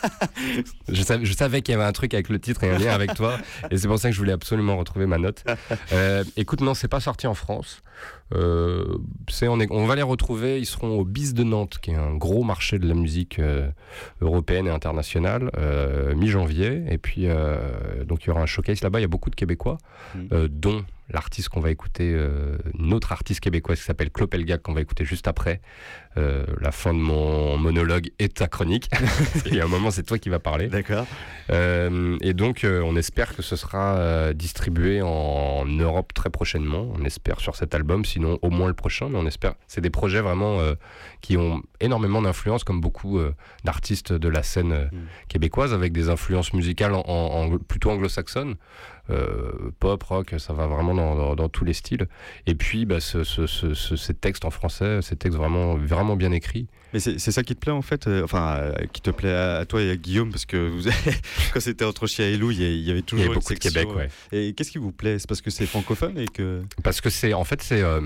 je, savais, je savais qu'il y avait un truc avec le titre et un lien avec toi, et c'est pour ça que je voulais absolument retrouver ma note. Euh, écoute, non, c'est pas sorti en France. Euh, c'est, on, est, on va les retrouver. Ils seront au Bis de Nantes, qui est un gros marché de la musique euh, européenne et internationale, euh, mi-janvier. Et puis, euh, donc, il y aura un showcase là-bas. Il y a beaucoup de Québécois, Mm. euh, dont l'artiste qu'on va écouter, euh, une autre artiste québécoise qui s'appelle Clopelgag, qu'on va écouter juste après. Euh, la fin de mon monologue et ta chronique. Il y a un moment, c'est toi qui vas parler. D'accord. Euh, et donc, euh, on espère que ce sera euh, distribué en Europe très prochainement. On espère sur cet album, sinon au moins le prochain. Mais on espère. C'est des projets vraiment euh, qui ont énormément d'influence, comme beaucoup euh, d'artistes de la scène euh, Mm. québécoise, avec des influences musicales en, en- en- plutôt anglo-saxonnes. Euh, pop, rock, ça va vraiment dans, dans- dans tous les styles. Et puis, bah, ce, ce- ce- ce- ces textes en français, ces textes vraiment, vraiment bien écrits. Mais c'est c'est ça qui te plaît en fait, euh, enfin euh, qui te plaît à, à toi et à Guillaume parce que vous avez- quand c'était entre Chia et Loup, il y, a- il y avait Il toujours y a une beaucoup de section, Québec, ouais. Et qu'est-ce qui vous plaît? C'est parce que c'est francophone et que. Parce que c'est, en fait, c'est, euh,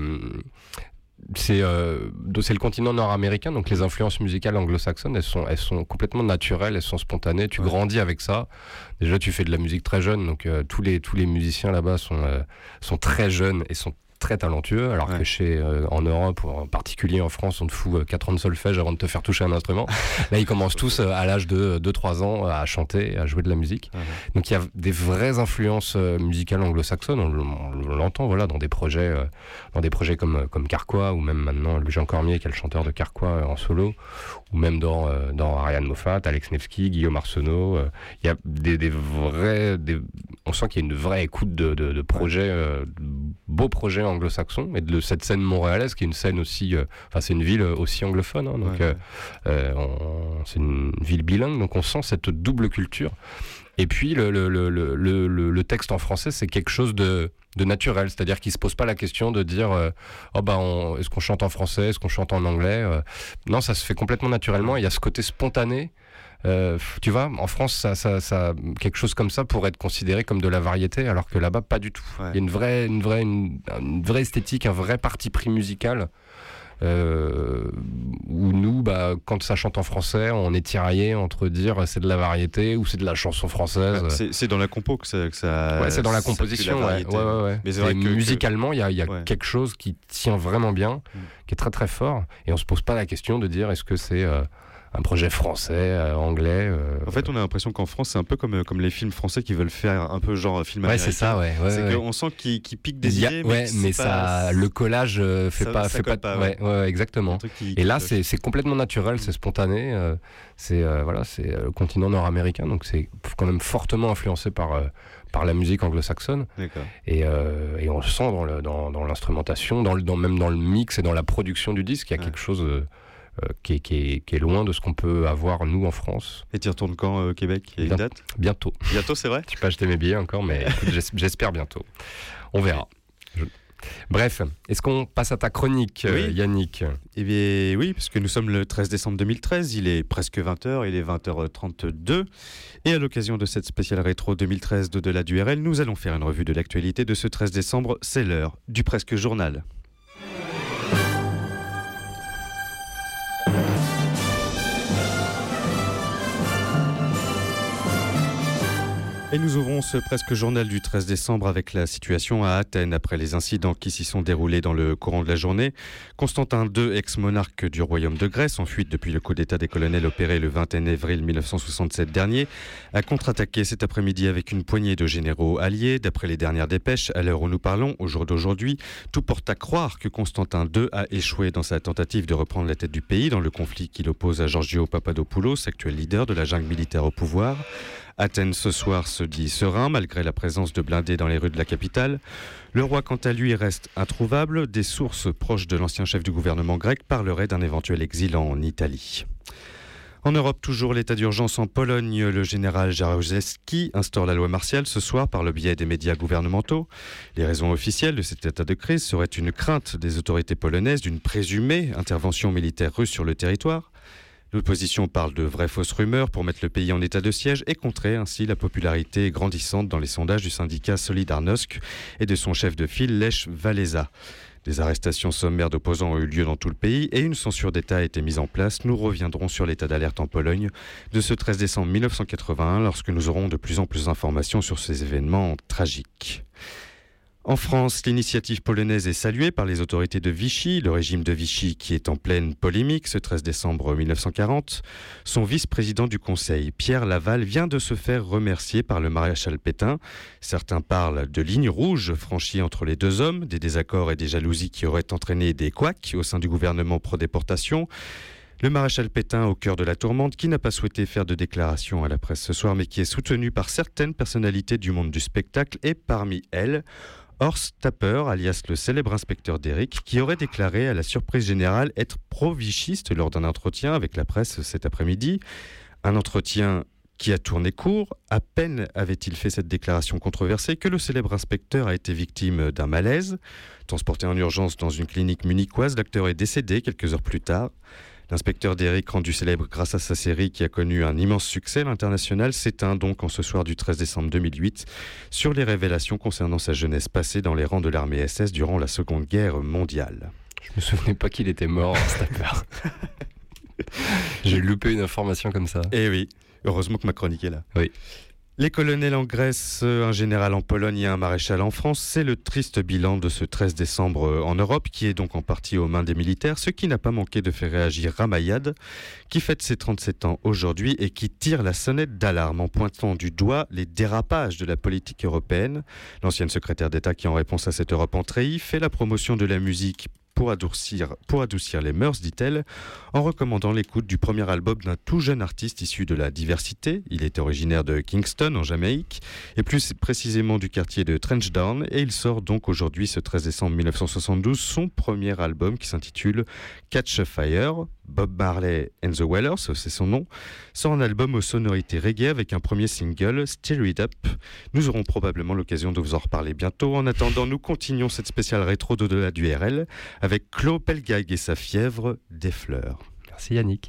c'est, euh, c'est le continent nord-américain, donc les influences musicales anglo-saxonnes, elles sont, elles sont complètement naturelles, elles sont spontanées. Tu Ouais. grandis avec ça. Déjà, tu fais de la musique très jeune, donc euh, tous les tous les musiciens là-bas sont euh, sont très jeunes et sont très talentueux, alors Ouais. que chez euh, en Europe, ou en particulier en France, on te fout euh, quatre ans de solfège avant de te faire toucher un instrument. Là, ils commencent tous euh, à l'âge de deux trois ans à chanter, à jouer de la musique. Ah ouais. Donc il y a des vraies influences euh, musicales anglo-saxonnes, on, l- on l'entend voilà, dans des projets, euh, dans des projets comme, comme Carquois, ou même maintenant Louis-Jean Cormier, qui est le chanteur de Carquois euh, en solo, ou même dans, euh, dans Ariane Moffat, Alex Nevsky, Guillaume Arsenault. euh, Il y a des, des vrais... Des, on sent qu'il y a une vraie écoute de, de, de projets, euh, de beaux projets anglo-saxons, et de cette scène montréalaise, qui est une scène aussi... euh, Enfin, c'est une ville aussi anglophone, hein, donc Ouais, euh, ouais. euh, on- c'est une ville bilingue, donc on sent cette double culture. Et puis le, le, le, le, le, le texte en français, c'est quelque chose de, de naturel, c'est-à-dire qu'il ne se pose pas la question de dire euh, oh bah on, est-ce qu'on chante en français, est-ce qu'on chante en anglais euh, non, ça se fait complètement naturellement. Il y a ce côté spontané. Euh, tu vois, en France, ça, ça, ça, quelque chose comme ça pourrait être considéré comme de la variété, alors que là-bas, pas du tout. Ouais. Il y a une vraie, une, vraie, une, une vraie esthétique, un vrai parti pris musical. Euh, où nous, bah, quand ça chante en français, on est tiraillé entre dire c'est de la variété ou c'est de la chanson française. Bah, c'est c'est dans la compo que ça. Que ça Ouais, c'est dans la ça pue composition. la ouais, variété. ouais, ouais, ouais. Mais c'est Et vrai que- que- musicalement, il y a, il y a Ouais. quelque chose qui tient vraiment bien, Mm. qui est très très fort, et on se pose pas la question de dire est-ce que c'est euh, un projet français, euh, anglais. euh, En fait, on a l'impression qu'en France, c'est un peu comme, comme les films français qui veulent faire un peu genre film ouais, américain. c'est ça, ouais. ouais, C'est ouais. qu'on sent qu'ils qu'ils piquent des Il y a- idées, ouais, mais, mais c'est ça, pas- le collage euh, fait ça- pas, ça fait colle pas, pas, ouais, ouais, ouais, exactement. un truc qui- Et qui là, cloche. c'est c'est complètement naturel, c'est spontané. euh, c'est euh, voilà, c'est euh, le continent nord-américain, donc c'est quand même fortement influencé par euh, par la musique anglo-saxonne. D'accord. Et, euh, et on le sent dans le- dans, dans l'instrumentation, dans le, dans, même dans le mix et dans la production du disque, il y a Ouais. quelque chose euh, euh, qui, est, qui, est, qui est loin de ce qu'on peut avoir nous en France. Et tu retournes quand euh, au Québec? Il y a une Bien. date? Bientôt. Bientôt, c'est vrai? Je peux acheter mes billets encore, mais écoute, j'es- j'espère bientôt. On verra. Je- Bref, est-ce qu'on passe à ta chronique, euh, Oui. Yannick? Eh bien oui, parce que nous sommes le treize décembre deux mille treize, il est presque vingt heures, il est vingt heures trente-deux. Et à l'occasion de cette spéciale rétro deux mille treize d'Au-delà du R L, nous allons faire une revue de l'actualité de ce treize décembre. C'est l'heure du Presque Journal. Et nous ouvrons ce presque journal du treize décembre avec la situation à Athènes après les incidents qui s'y sont déroulés dans le courant de la journée. Constantin deux, ex-monarque du royaume de Grèce, en fuite depuis le coup d'état des colonels opéré le vingt et un avril mille neuf cent soixante-sept dernier, a contre-attaqué cet après-midi avec une poignée de généraux alliés. D'après les dernières dépêches, à l'heure où nous parlons, au jour d'aujourd'hui, tout porte à croire que Constantin deux a échoué dans sa tentative de reprendre la tête du pays dans le conflit qui l'oppose à Georgios Papadopoulos, actuel leader de la jungle militaire au pouvoir. Athènes ce soir se dit serein malgré la présence de blindés dans les rues de la capitale. Le roi quant à lui reste introuvable. Des sources proches de l'ancien chef du gouvernement grec parleraient d'un éventuel exil en Italie. En Europe, toujours l'état d'urgence en Pologne. Le général Jaruzelski instaure la loi martiale ce soir par le biais des médias gouvernementaux. Les raisons officielles de cet état de crise seraient une crainte des autorités polonaises d'une présumée intervention militaire russe sur le territoire. L'opposition parle de vraies fausses rumeurs pour mettre le pays en état de siège et contrer ainsi la popularité grandissante dans les sondages du syndicat Solidarnosc et de son chef de file Lech Walesa. Des arrestations sommaires d'opposants ont eu lieu dans tout le pays et une censure d'État a été mise en place. Nous reviendrons sur l'état d'alerte en Pologne de ce treize décembre mille neuf cent quatre-vingt-un lorsque nous aurons de plus en plus d'informations sur ces événements tragiques. En France, l'initiative polonaise est saluée par les autorités de Vichy, le régime de Vichy qui est en pleine polémique ce treize décembre mille neuf cent quarante. Son vice-président du Conseil, Pierre Laval, vient de se faire remercier par le maréchal Pétain. Certains parlent de lignes rouges franchies entre les deux hommes, des désaccords et des jalousies qui auraient entraîné des couacs au sein du gouvernement pro-déportation. Le maréchal Pétain, au cœur de la tourmente, qui n'a pas souhaité faire de déclaration à la presse ce soir, mais qui est soutenu par certaines personnalités du monde du spectacle et parmi elles, Horst Tapper, alias le célèbre inspecteur d'Eric, qui aurait déclaré à la surprise générale être pro-vichiste lors d'un entretien avec la presse cet après-midi. Un entretien qui a tourné court. À peine avait-il fait cette déclaration controversée que le célèbre inspecteur a été victime d'un malaise. Transporté en urgence dans une clinique munichoise, l'acteur est décédé quelques heures plus tard. L'inspecteur d'Eric, rendu célèbre grâce à sa série qui a connu un immense succès à l'international, s'éteint donc en ce soir du treize décembre deux mille huit sur les révélations concernant sa jeunesse passée dans les rangs de l'armée S S durant la Seconde Guerre mondiale. Je me souvenais pas qu'il était mort, Stapper. J'ai loupé une information comme ça. Eh oui, heureusement que ma chronique est là. Oui. Les colonels en Grèce, un général en Pologne et un maréchal en France, c'est le triste bilan de ce treize décembre en Europe, qui est donc en partie aux mains des militaires, ce qui n'a pas manqué de faire réagir Ramayad, qui fête ses trente-sept ans aujourd'hui et qui tire la sonnette d'alarme en pointant du doigt les dérapages de la politique européenne. L'ancienne secrétaire d'État qui, en réponse à cette Europe en treillis, fait la promotion de la musique pour adoucir, pour adoucir les mœurs, dit-elle, en recommandant l'écoute du premier album d'un tout jeune artiste issu de la diversité. Il est originaire de Kingston, en Jamaïque, et plus précisément du quartier de Trenchdown, et il sort donc aujourd'hui, ce treize décembre mille neuf cent soixante-douze, son premier album qui s'intitule Catch a Fire. Bob Marley and the Wailers, c'est son nom, sort un album aux sonorités reggae avec un premier single, Stir It Up. Nous aurons probablement l'occasion de vous en reparler bientôt. En attendant, nous continuons cette spéciale rétro d'au-delà du R L avec Claude Pelgag et sa fièvre des fleurs. Merci Yannick.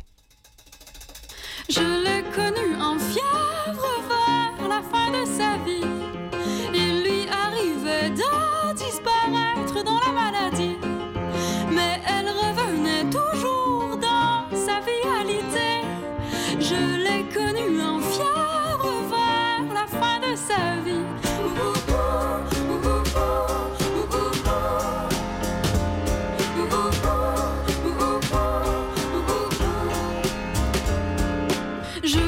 Je l'ai connu en fièvre vers la fin de sa vie. Il lui arrivait de disparaître dans la maladie, mais elle revenait toujours dans sa vitalité. Je l'ai connu en fièvre vers la fin de sa vie. Je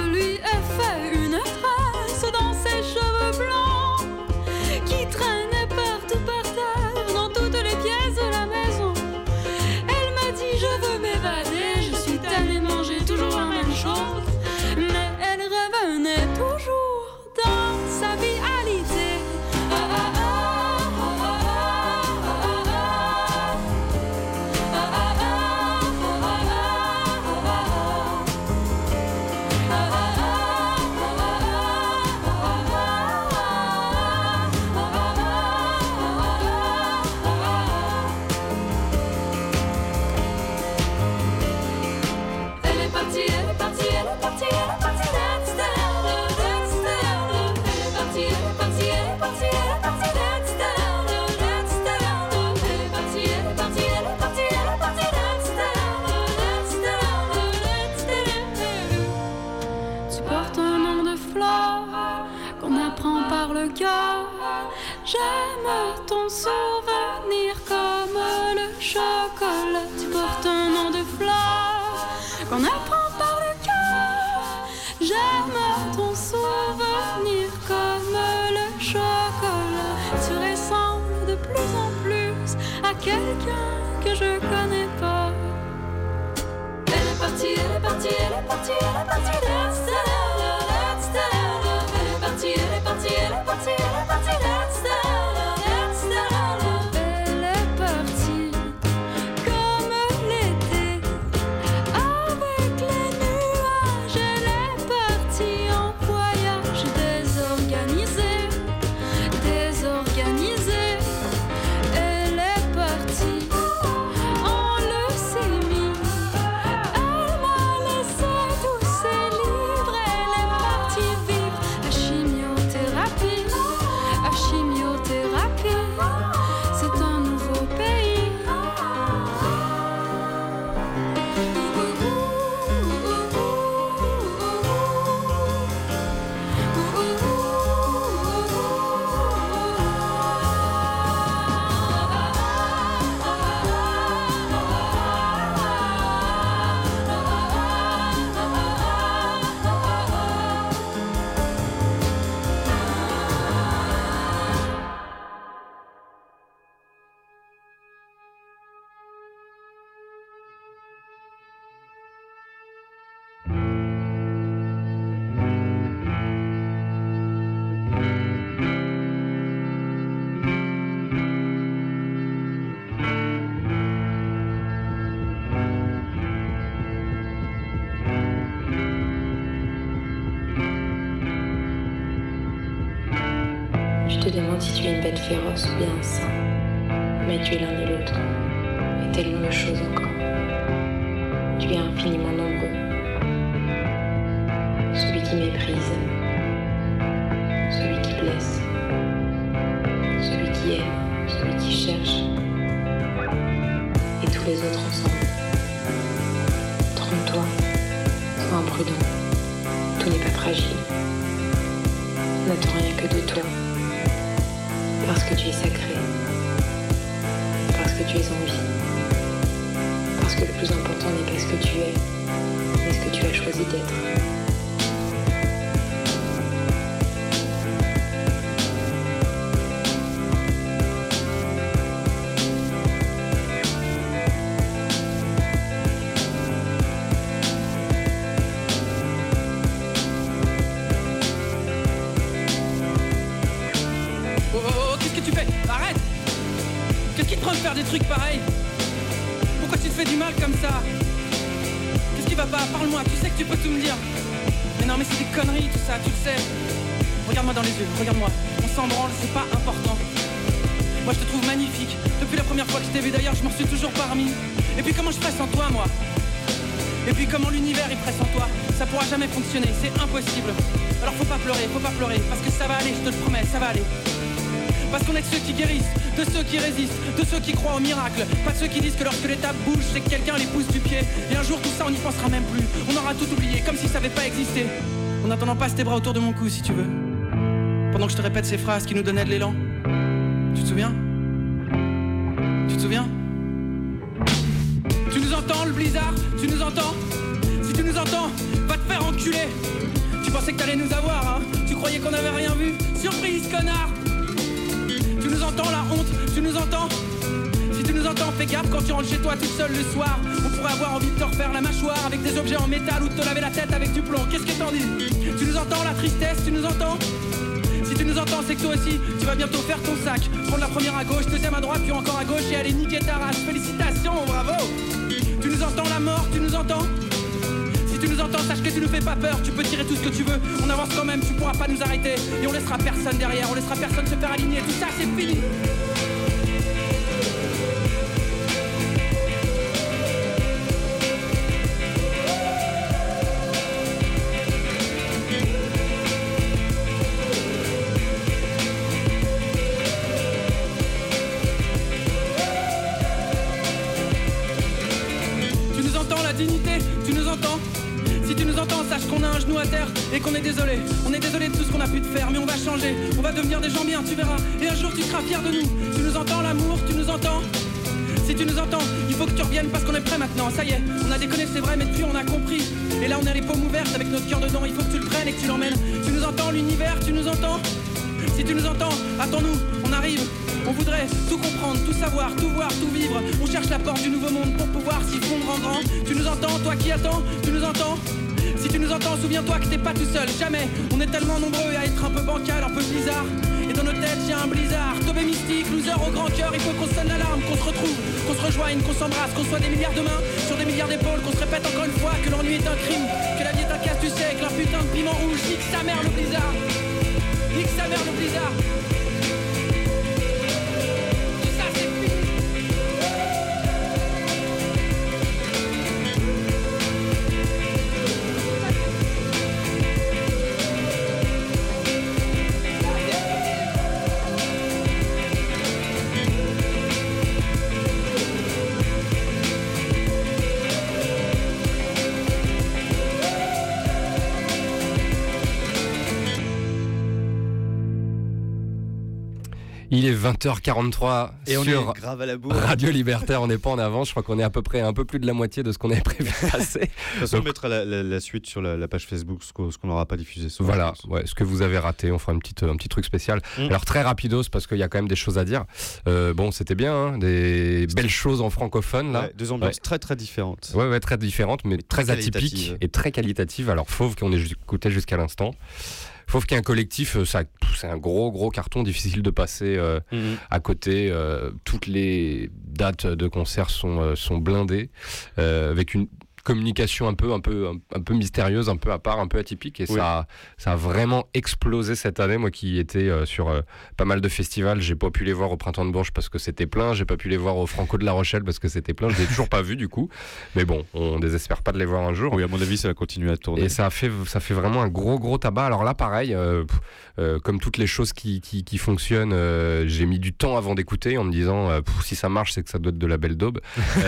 J'aime ton souvenir comme le chocolat. Tu portes un nom de fleur qu'on apprend par le cœur. J'aime ton souvenir comme le chocolat. Tu ressembles de plus en plus à quelqu'un que je connais pas. Elle est partie, elle est partie, elle est partie, elle est partie. Let's tell her, let's tell her. Elle est partie, elle est partie, elle est partie, elle est partie. Let's tell her, let's tell her. Elle est partie comme l'été avec les nuages. Elle est partie en voyage désorganisé, désorganisé. Elle est partie en leucémie. Elle m'a laissé tous ses livres. Elle est partie vivre à chimiothérapie, à chimiothérapie. C'est un nouveau pays. Je te demande si tu es une bête féroce ou bien un saint. Mais tu es l'un et l'autre, et tellement de choses encore. Tu es infiniment nombreux. Celui qui méprise, celui qui blesse, celui qui aime, celui qui cherche, et tous les autres ensemble. Trompe-toi, sois imprudent, tout n'est pas fragile. N'attends rien que de toi. Parce que tu es sacré, parce que tu es en vie, parce que le plus important n'est pas ce que tu es, mais ce que tu as choisi d'être. Faire des trucs pareils. Pourquoi tu te fais du mal comme ça? Qu'est-ce qui va pas? Parle-moi, tu sais que tu peux tout me dire. Mais non mais c'est des conneries tout ça, tu le sais. Regarde-moi dans les yeux, regarde-moi. On s'en branle, c'est pas important. Moi je te trouve magnifique. Depuis la première fois que je t'ai vu d'ailleurs, je m'en suis toujours pas remis. Et puis comment je ferais sans toi moi? Et puis comment l'univers il ferait sans toi? Ça pourra jamais fonctionner, c'est impossible. Alors faut pas pleurer, faut pas pleurer. Parce que ça va aller, je te le promets, ça va aller. Parce qu'on est de ceux qui guérissent, de ceux qui résistent, de ceux qui croient au miracle. Pas de ceux qui disent que lorsque l'étape bouge, c'est que quelqu'un les pousse du pied. Et un jour tout ça on n'y pensera même plus. On aura tout oublié, comme si ça n'avait pas existé. En attendant, passe tes bras autour de mon cou si tu veux. Pendant que je te répète ces phrases qui nous donnaient de l'élan. Tu te souviens? Tu te souviens? Tu nous entends le blizzard? Tu nous entends? Si tu nous entends, va te faire enculer. Tu pensais que t'allais nous avoir, hein? Tu croyais qu'on avait rien vu? Surprise, connard! Tu nous entends la honte, tu nous entends? Si tu nous entends, fais gaffe quand tu rentres chez toi toute seule le soir. On pourrait avoir envie de te refaire la mâchoire avec des objets en métal ou de te laver la tête avec du plomb. Qu'est-ce que t'en dis? Tu nous entends la tristesse, tu nous entends? Si tu nous entends, c'est que toi aussi, tu vas bientôt faire ton sac. Prendre la première à gauche, deuxième à droite, puis encore à gauche et aller niquer ta race. Félicitations, bravo! Tu nous entends la mort, tu nous entends? Si tu nous entends, sache que tu nous fais pas peur. Tu peux tirer tout ce que tu veux, on avance quand même, tu pourras pas nous arrêter. Et on laissera personne derrière, on laissera personne se faire aligner. Tout ça, c'est fini. Tu nous entends la dignité, tu nous entends? Si tu nous entends, sache qu'on a un genou à terre et qu'on est désolé. On est désolé de tout ce qu'on a pu te faire, mais on va changer. On va devenir des gens bien, tu verras. Et un jour tu seras fier de nous. Tu nous entends, l'amour, tu nous entends? Si tu nous entends, il faut que tu reviennes parce qu'on est prêt maintenant. Ça y est, on a déconné, c'est vrai, mais depuis on a compris. Et là on a les paumes ouvertes avec notre cœur dedans. Il faut que tu le prennes et que tu l'emmènes. Tu nous entends, l'univers, tu nous entends? Si tu nous entends, attends-nous, on arrive. On voudrait tout comprendre, tout savoir, tout voir, tout vivre. On cherche la porte du nouveau monde pour pouvoir s'y fondre en grand. Tu nous entends, toi qui attends, tu nous entends? Si tu nous entends, souviens-toi que t'es pas tout seul, jamais. On est tellement nombreux à être un peu bancal, un peu bizarre. Et dans nos têtes, y'a un blizzard. Tobé mystique, loser au grand cœur. Il faut qu'on sonne l'alarme, qu'on se retrouve, qu'on se rejoigne, qu'on s'embrasse, qu'on soit des milliards de mains sur des milliards d'épaules, qu'on se répète encore une fois que l'ennui est un crime, que la vie est un casse, tu sais, que l'un putain de piment rouge. Nique sa mère le blizzard. Nique sa mère le blizzard. Tout ça c'est fini. Il est vingt heures quarante-trois et on sur est grave à la bourre. Radio Libertaire, on n'est pas en avance, je crois qu'on est à peu près un peu plus de la moitié de ce qu'on avait prévu de passer. De toute façon, on mettra la, la, la suite sur la, la page Facebook, ce qu'on n'aura pas diffusé. Souvent, voilà, ouais, ce que vous avez raté, on fera une petite, un petit truc spécial. Mmh. Alors très rapidos, parce qu'il y a quand même des choses à dire. Euh, bon, c'était bien, hein, des belles choses en francophone là. Ouais, deux ambiances ouais. très très différentes. Ouais, ouais, très différentes, mais très, très atypiques et très qualitatives. Alors Fauve, qu'on écoutait jusqu'à l'instant. Fauve qui est un collectif, ça, c'est un gros gros carton, difficile de passer euh, mmh. à côté. Euh, toutes les dates de concert sont, euh, sont blindées, euh, avec une communication un peu, un, peu, un, un peu mystérieuse, un peu à part, un peu atypique. Et oui. ça, a, ça a vraiment explosé cette année. Moi qui étais euh, sur euh, pas mal de festivals, j'ai pas pu les voir au Printemps de Bourges parce que c'était plein. J'ai pas pu les voir au Franco de La Rochelle parce que c'était plein. Je les ai toujours pas vus du coup. Mais bon, on désespère pas de les voir un jour. Oui, à mon avis, ça va continuer à tourner. Et ça a fait, ça fait vraiment un gros, gros tabac. Alors là, pareil, euh, euh, comme toutes les choses qui, qui, qui fonctionnent, euh, j'ai mis du temps avant d'écouter en me disant euh, si ça marche, c'est que ça doit être de la belle daube.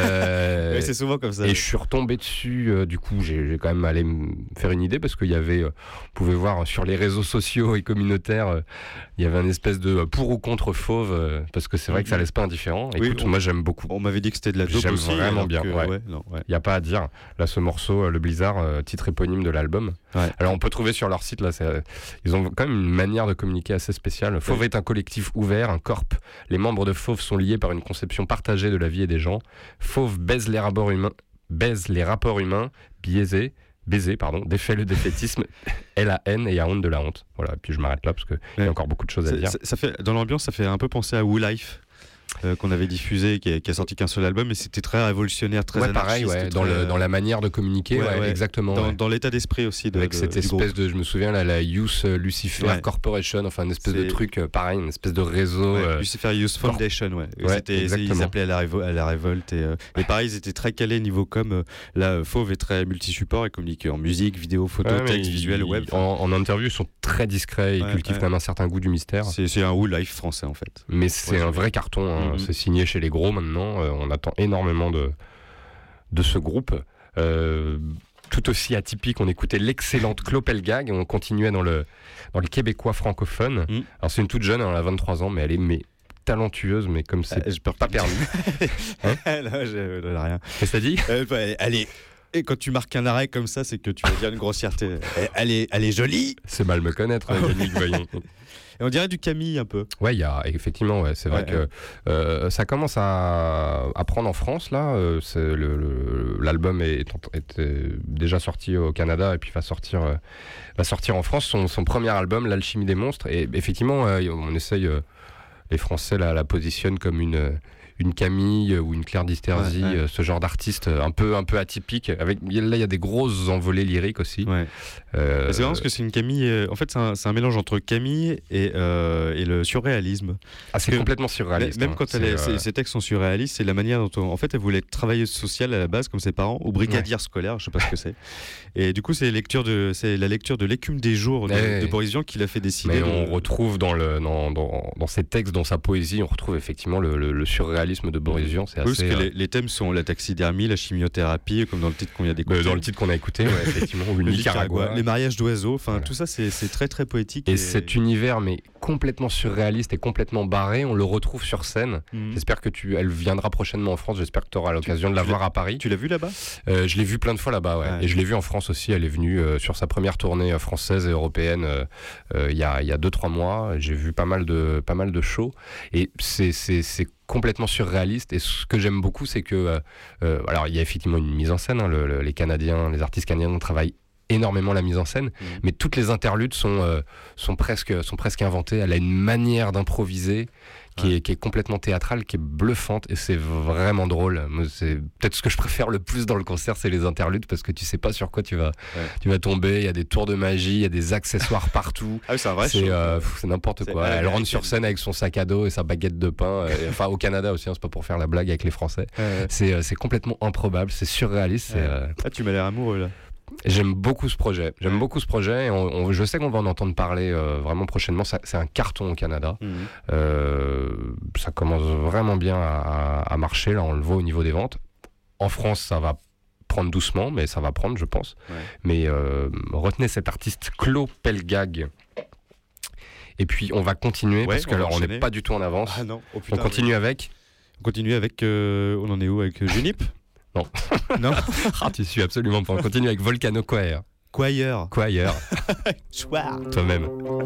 Euh, oui, c'est souvent comme ça. Et je suis retombé dessus. Euh, du coup, j'ai, j'ai quand même allé me faire une idée parce qu'il y avait, euh, on pouvait voir sur les réseaux sociaux et communautaires, euh, il y avait un espèce de pour ou contre Fauve euh, parce que c'est vrai que ça laisse pas indifférent. Oui, Écoute, on, moi j'aime beaucoup. On m'avait dit que c'était de la dope j'aime aussi. J'aime vraiment bien. Il ouais. ouais, ouais. y a pas à dire. Là, ce morceau, euh, le Blizzard, euh, titre éponyme de l'album. Ouais. Alors, on peut trouver sur leur site là, c'est, ils ont quand même une manière de communiquer assez spéciale. Fauve ouais. est un collectif ouvert, un corp. Les membres de Fauve sont liés par une conception partagée de la vie et des gens. Fauve baise les rapports humains. baise les rapports humains, biaisés, baiser, pardon, défait le défaitisme, et la haine et la honte de la honte. Voilà, puis je m'arrête là parce qu'il ouais. y a encore beaucoup de choses à ça, dire. Ça, ça fait, dans l'ambiance, ça fait un peu penser à Woo Life. Euh, qu'on avait diffusé, qui a, qui a sorti qu'un seul album, mais c'était très révolutionnaire, très ouais, anarchiste. Pareil, ouais, dans, très... le, dans la manière de communiquer, ouais, ouais, ouais. exactement. Dans, ouais. dans l'état d'esprit aussi. De, Avec de, cette espèce de, je me souviens, là, la Youth Lucifer ouais. Corporation, enfin une espèce c'est... de truc euh, pareil, une espèce de réseau. Ouais, euh... Lucifer Youth Foundation, ouais. ouais c'était, ils appelaient à la, révo- à la révolte. Et, euh, et pareil, ils étaient très calés niveau com. Euh, là, Fauve est très multi-support, ils communiquaient en musique, vidéo, photo, ouais, texte, visuel, web. En, en interview, ils sont très discrets, ils ouais, cultivent ouais. quand même un certain goût du mystère. C'est, c'est un Woo Life français en fait. Mais c'est ouais, un vrai carton, hein. mm-hmm. c'est signé chez les gros maintenant. Euh, on attend énormément de, de ce groupe. Euh, tout aussi atypique, on écoutait l'excellente Clopelgag et on continuait dans le, dans le québécois francophone. Mm. Alors c'est une toute jeune, elle a vingt-trois ans, mais elle est mais, talentueuse, mais comme c'est euh, pas permis. hein non, je, je, rien. Qu'est-ce que t'as dit euh, Allez. Et quand tu marques un arrêt comme ça, c'est que tu vas dire une grossièreté. Elle est, elle est jolie. C'est mal me connaître, Yannick, voyons. Et on dirait du Camille un peu. Ouais, il y a effectivement, ouais, c'est vrai ouais, que ouais. Euh, ça commence à, à prendre en France là. Euh, c'est le, le, l'album est, est, est déjà sorti au Canada et puis va sortir, euh, va sortir en France. Son, son premier album, L'Alchimie des monstres. Et effectivement, euh, on essaye, euh, les Français la, la positionnent comme une une Camille ou une Claire Disterzi, ouais, ouais. ce genre d'artiste un peu, un peu atypique. Avec, là, il y a des grosses envolées lyriques aussi. Ouais. Euh, c'est vraiment parce que c'est une Camille. Euh, en fait, c'est un, c'est un mélange entre Camille et, euh, et le surréalisme. Ah, c'est que, complètement surréaliste. Même hein, quand elle est, euh... ses textes sont surréalistes, c'est la manière dont on, en fait, elle voulait être travailleuse sociale à la base, comme ses parents, ou brigadière ouais. scolaire, je sais pas ce que c'est. Et du coup, c'est, lecture de, c'est la lecture de L'écume des jours de, ouais. de Boris Vian qui l'a fait décider. Mais de... on retrouve dans, le, dans, dans, dans ses textes, dans sa poésie, on retrouve effectivement le, le, le surréalisme surréalisme de Boris Vian, c'est Oui, assez. parce que euh, les, les thèmes sont la taxidermie, la chimiothérapie, comme dans le titre qu'on vient d'écouter. euh, dans le titre qu'on a écouté, ouais, effectivement, ou le Le Nicaragua. Nicaragua, les mariages d'oiseaux, enfin Voilà. tout ça c'est c'est très très poétique. Et cet univers, mais complètement surréaliste et complètement barré, on le retrouve sur scène. Mhm. J'espère que tu, elle viendra prochainement en France. J'espère que tu auras l'occasion de la tu voir l'as- à Paris. Tu l'as vu là-bas? Euh, je l'ai vu plein de fois là-bas, ouais. Ouais. Et je l'ai vu en France aussi. Elle est venue euh, sur sa première tournée euh, française et européenne euh, euh, il y a il y a deux trois mois. J'ai vu pas mal de pas mal de shows et c'est c'est c'est complètement surréaliste. Et ce que j'aime beaucoup, c'est que euh, euh, alors il y a effectivement une mise en scène. Hein, le- le- les Canadiens, les artistes canadiens travaillent énormément la mise en scène, Mhm. mais toutes les interludes sont euh, sont presque sont presque inventées. Elle a une manière d'improviser qui, Ouais. est, qui est complètement théâtrale, qui est bluffante, et c'est vraiment drôle. Moi, c'est peut-être ce que je préfère le plus dans le concert, c'est les interludes, parce que tu sais pas sur quoi tu vas Ouais. tu vas tomber. Il y a des tours de magie, il y a des accessoires partout. Ah oui, c'est un vrai C'est show. euh, pff, c'est n'importe C'est quoi. à Elle rentre l'américaine. sur scène avec son sac à dos et sa baguette de pain. Et, enfin, au Canada aussi, hein, c'est pas pour faire la blague avec les Français. Ouais, ouais. C'est euh, c'est complètement improbable, c'est surréaliste. c'est, Ouais. euh, Ah, tu m'as l'air amoureux là. J'aime beaucoup ce projet. J'aime Ouais. beaucoup ce projet. Et on- on- je sais qu'on va en entendre parler euh, vraiment prochainement. Ça- C'est un carton au Canada. Mhm. Euh, ça commence vraiment bien à, à- à marcher. Là, on le voit au niveau des ventes. En France, ça va prendre doucement, mais ça va prendre, je pense. Ouais. Mais euh, retenez cet artiste Claude Pelgag. Et puis, on va continuer Ouais, parce on que va alors, on enchaîner. n'est pas du tout en avance. Ah non, oh, on putain, continue oui. avec. On continue avec. euh, on en est où avec euh, Junip? Non. Non. Ah, tu suis absolument pas. On continue avec Volcano Choir. Choir. Choir. Choir. Toi-même.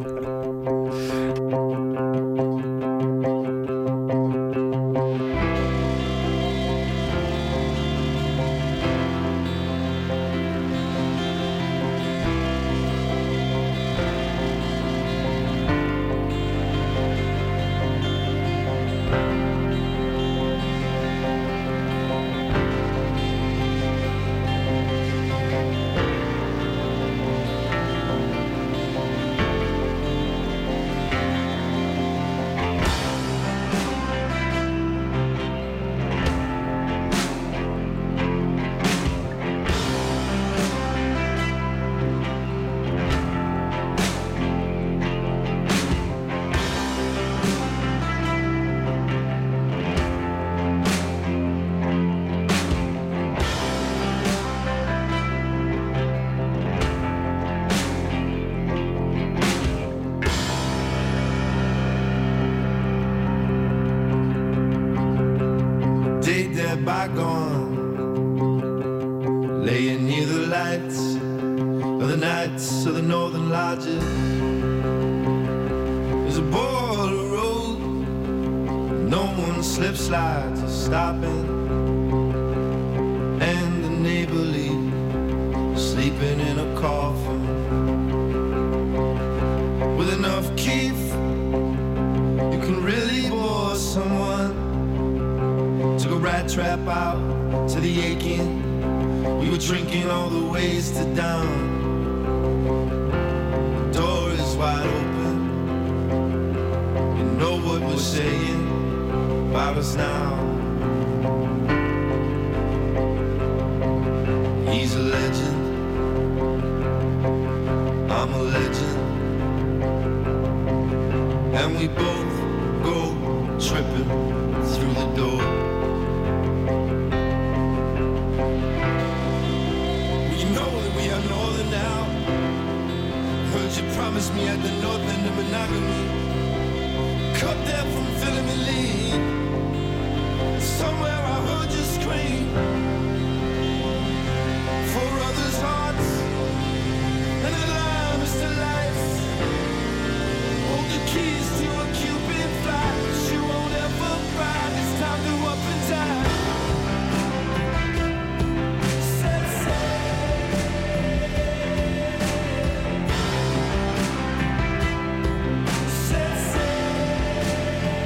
Day there bygone, laying near the lights of the nights of the northern lodges. There's a border road, no one slip slides or stopping, and the neighborly sleeping in a coffin with enough keef. You can really bore someone. Took a rat trap out to the aching. We were drinking all the ways to down. The door is wide open. You know what we're saying about us now. He's a legend. I'm a legend. And we both go tripping through the door. You know that we are northern now. Heard you promise me at the north end of monogamy. Cut there from filling me lead. Somewhere I heard you scream. For others' hearts and the lives to life. Hold the keys to a Cupid flight. She won't ever ride. It's time to up and die. Set sail.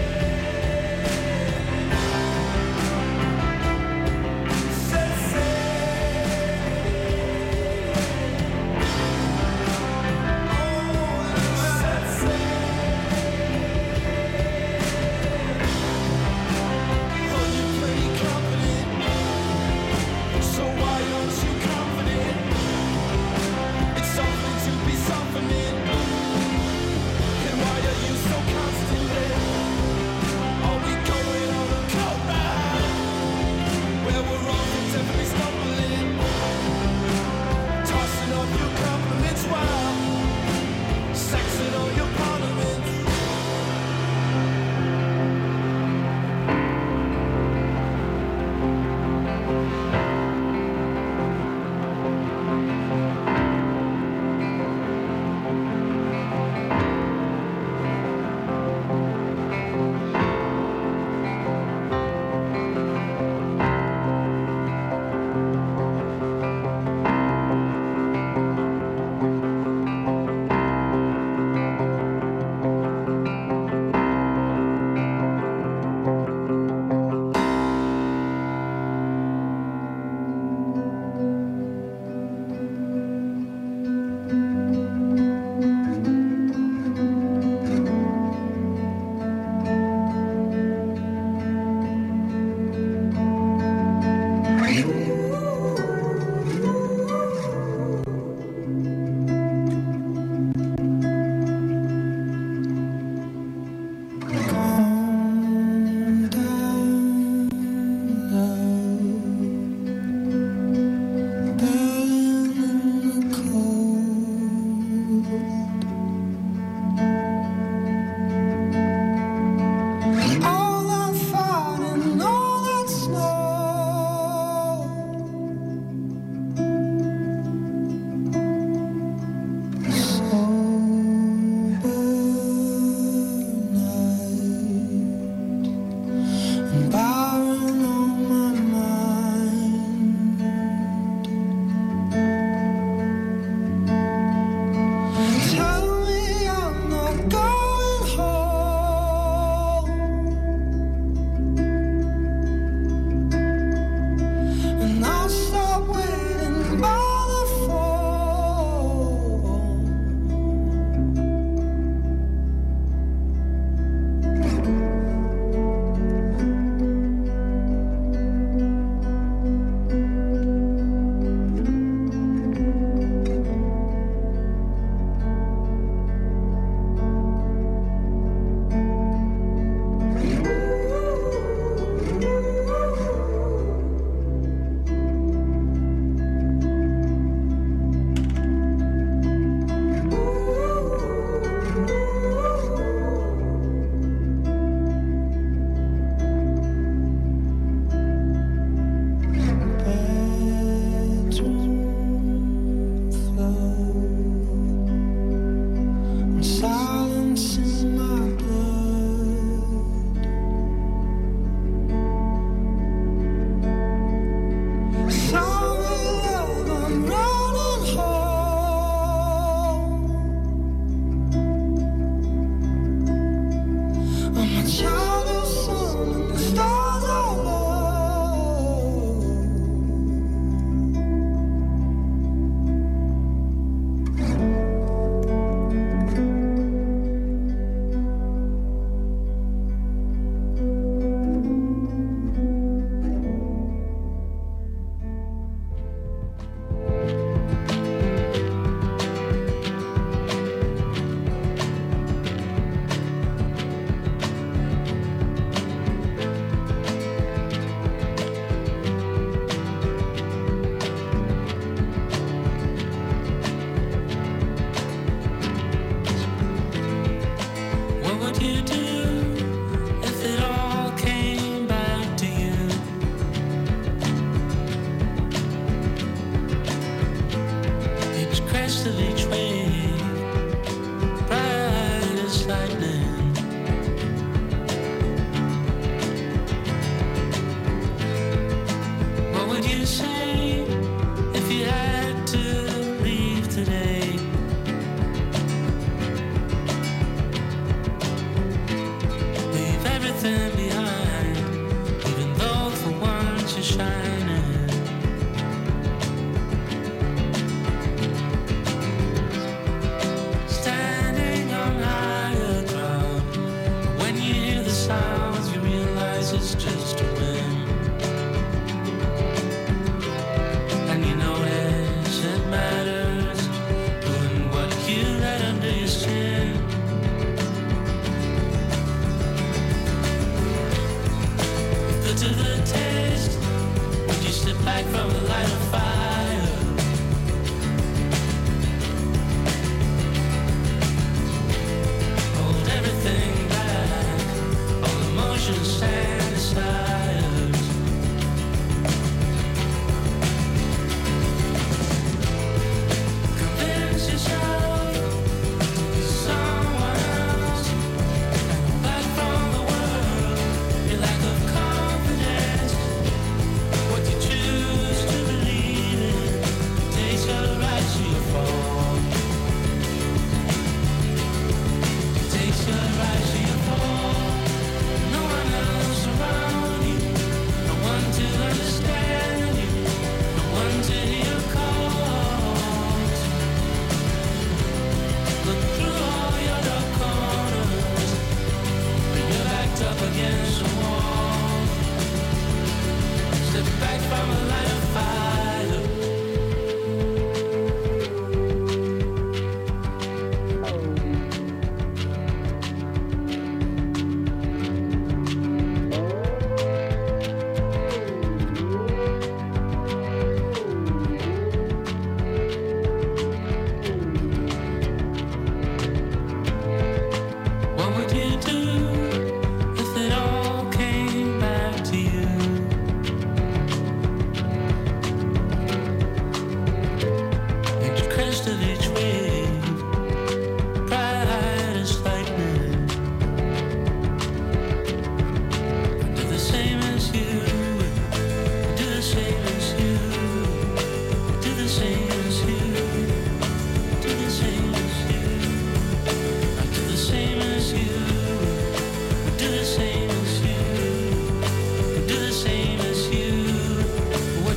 Sounds you realize it's just a whim.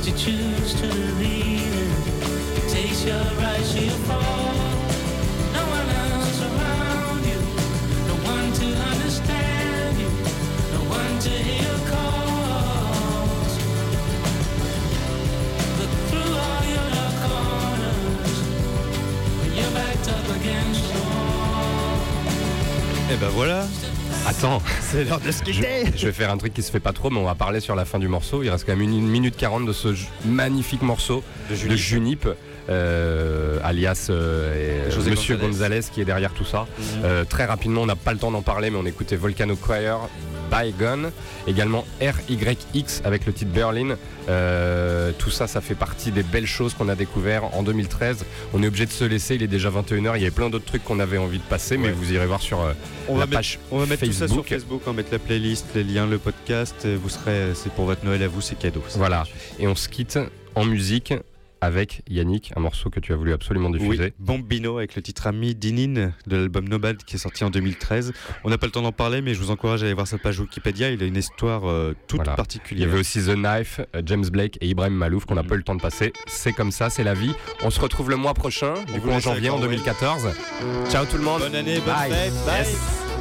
what you choose to believe in. Takes your rise, you fall. No one else around you, no one to understand you, no one to hear your calls. Look through all your dark corners when you're backed up against the wall. Et ben voilà. Attends, c'est l'heure de se je, je vais faire un truc qui se fait pas trop, mais on va parler sur la fin du morceau. Il reste quand même une, une minute quarante de ce j- magnifique morceau de Junip, de Junip euh, alias euh, José Monsieur González. González qui est derrière tout ça. Mhm. Euh, très rapidement, on n'a pas le temps d'en parler, mais on écoutait Volcano Choir, Bygone, également R Y X avec le titre Berlin. Euh, tout ça, ça fait partie des belles choses qu'on a découvert en deux mille treize. On est obligé de se laisser, il est déjà vingt et une heures. Il y avait plein d'autres trucs qu'on avait envie de passer, mais Ouais. vous irez voir sur euh, On la va, page mettre, on va mettre tout ça Facebook. sur Facebook, on va mettre la playlist, les liens, le podcast. euh, Vous serez, c'est pour votre Noël à vous, c'est cadeau. C'est Voilà, et on se quitte en musique avec Yannick, un morceau que tu as voulu absolument diffuser. Oui, Bombino avec le titre Ami Dinin de l'album Nomad qui est sorti en deux mille treize. On n'a pas le temps d'en parler, mais je vous encourage à aller voir sa page Wikipédia. Il a une histoire euh, toute Voilà. Il y particulière. avait aussi The Knife, euh, James Blake et Ibrahim Malouf qu'on n'a pas eu le temps de passer. C'est comme ça, c'est la vie. On se retrouve le mois prochain, On du vous coup en laisse janvier avec en deux mille quatorze. Ciao tout le monde. Bonne année, bonne Bye. fête. Bye. Yes.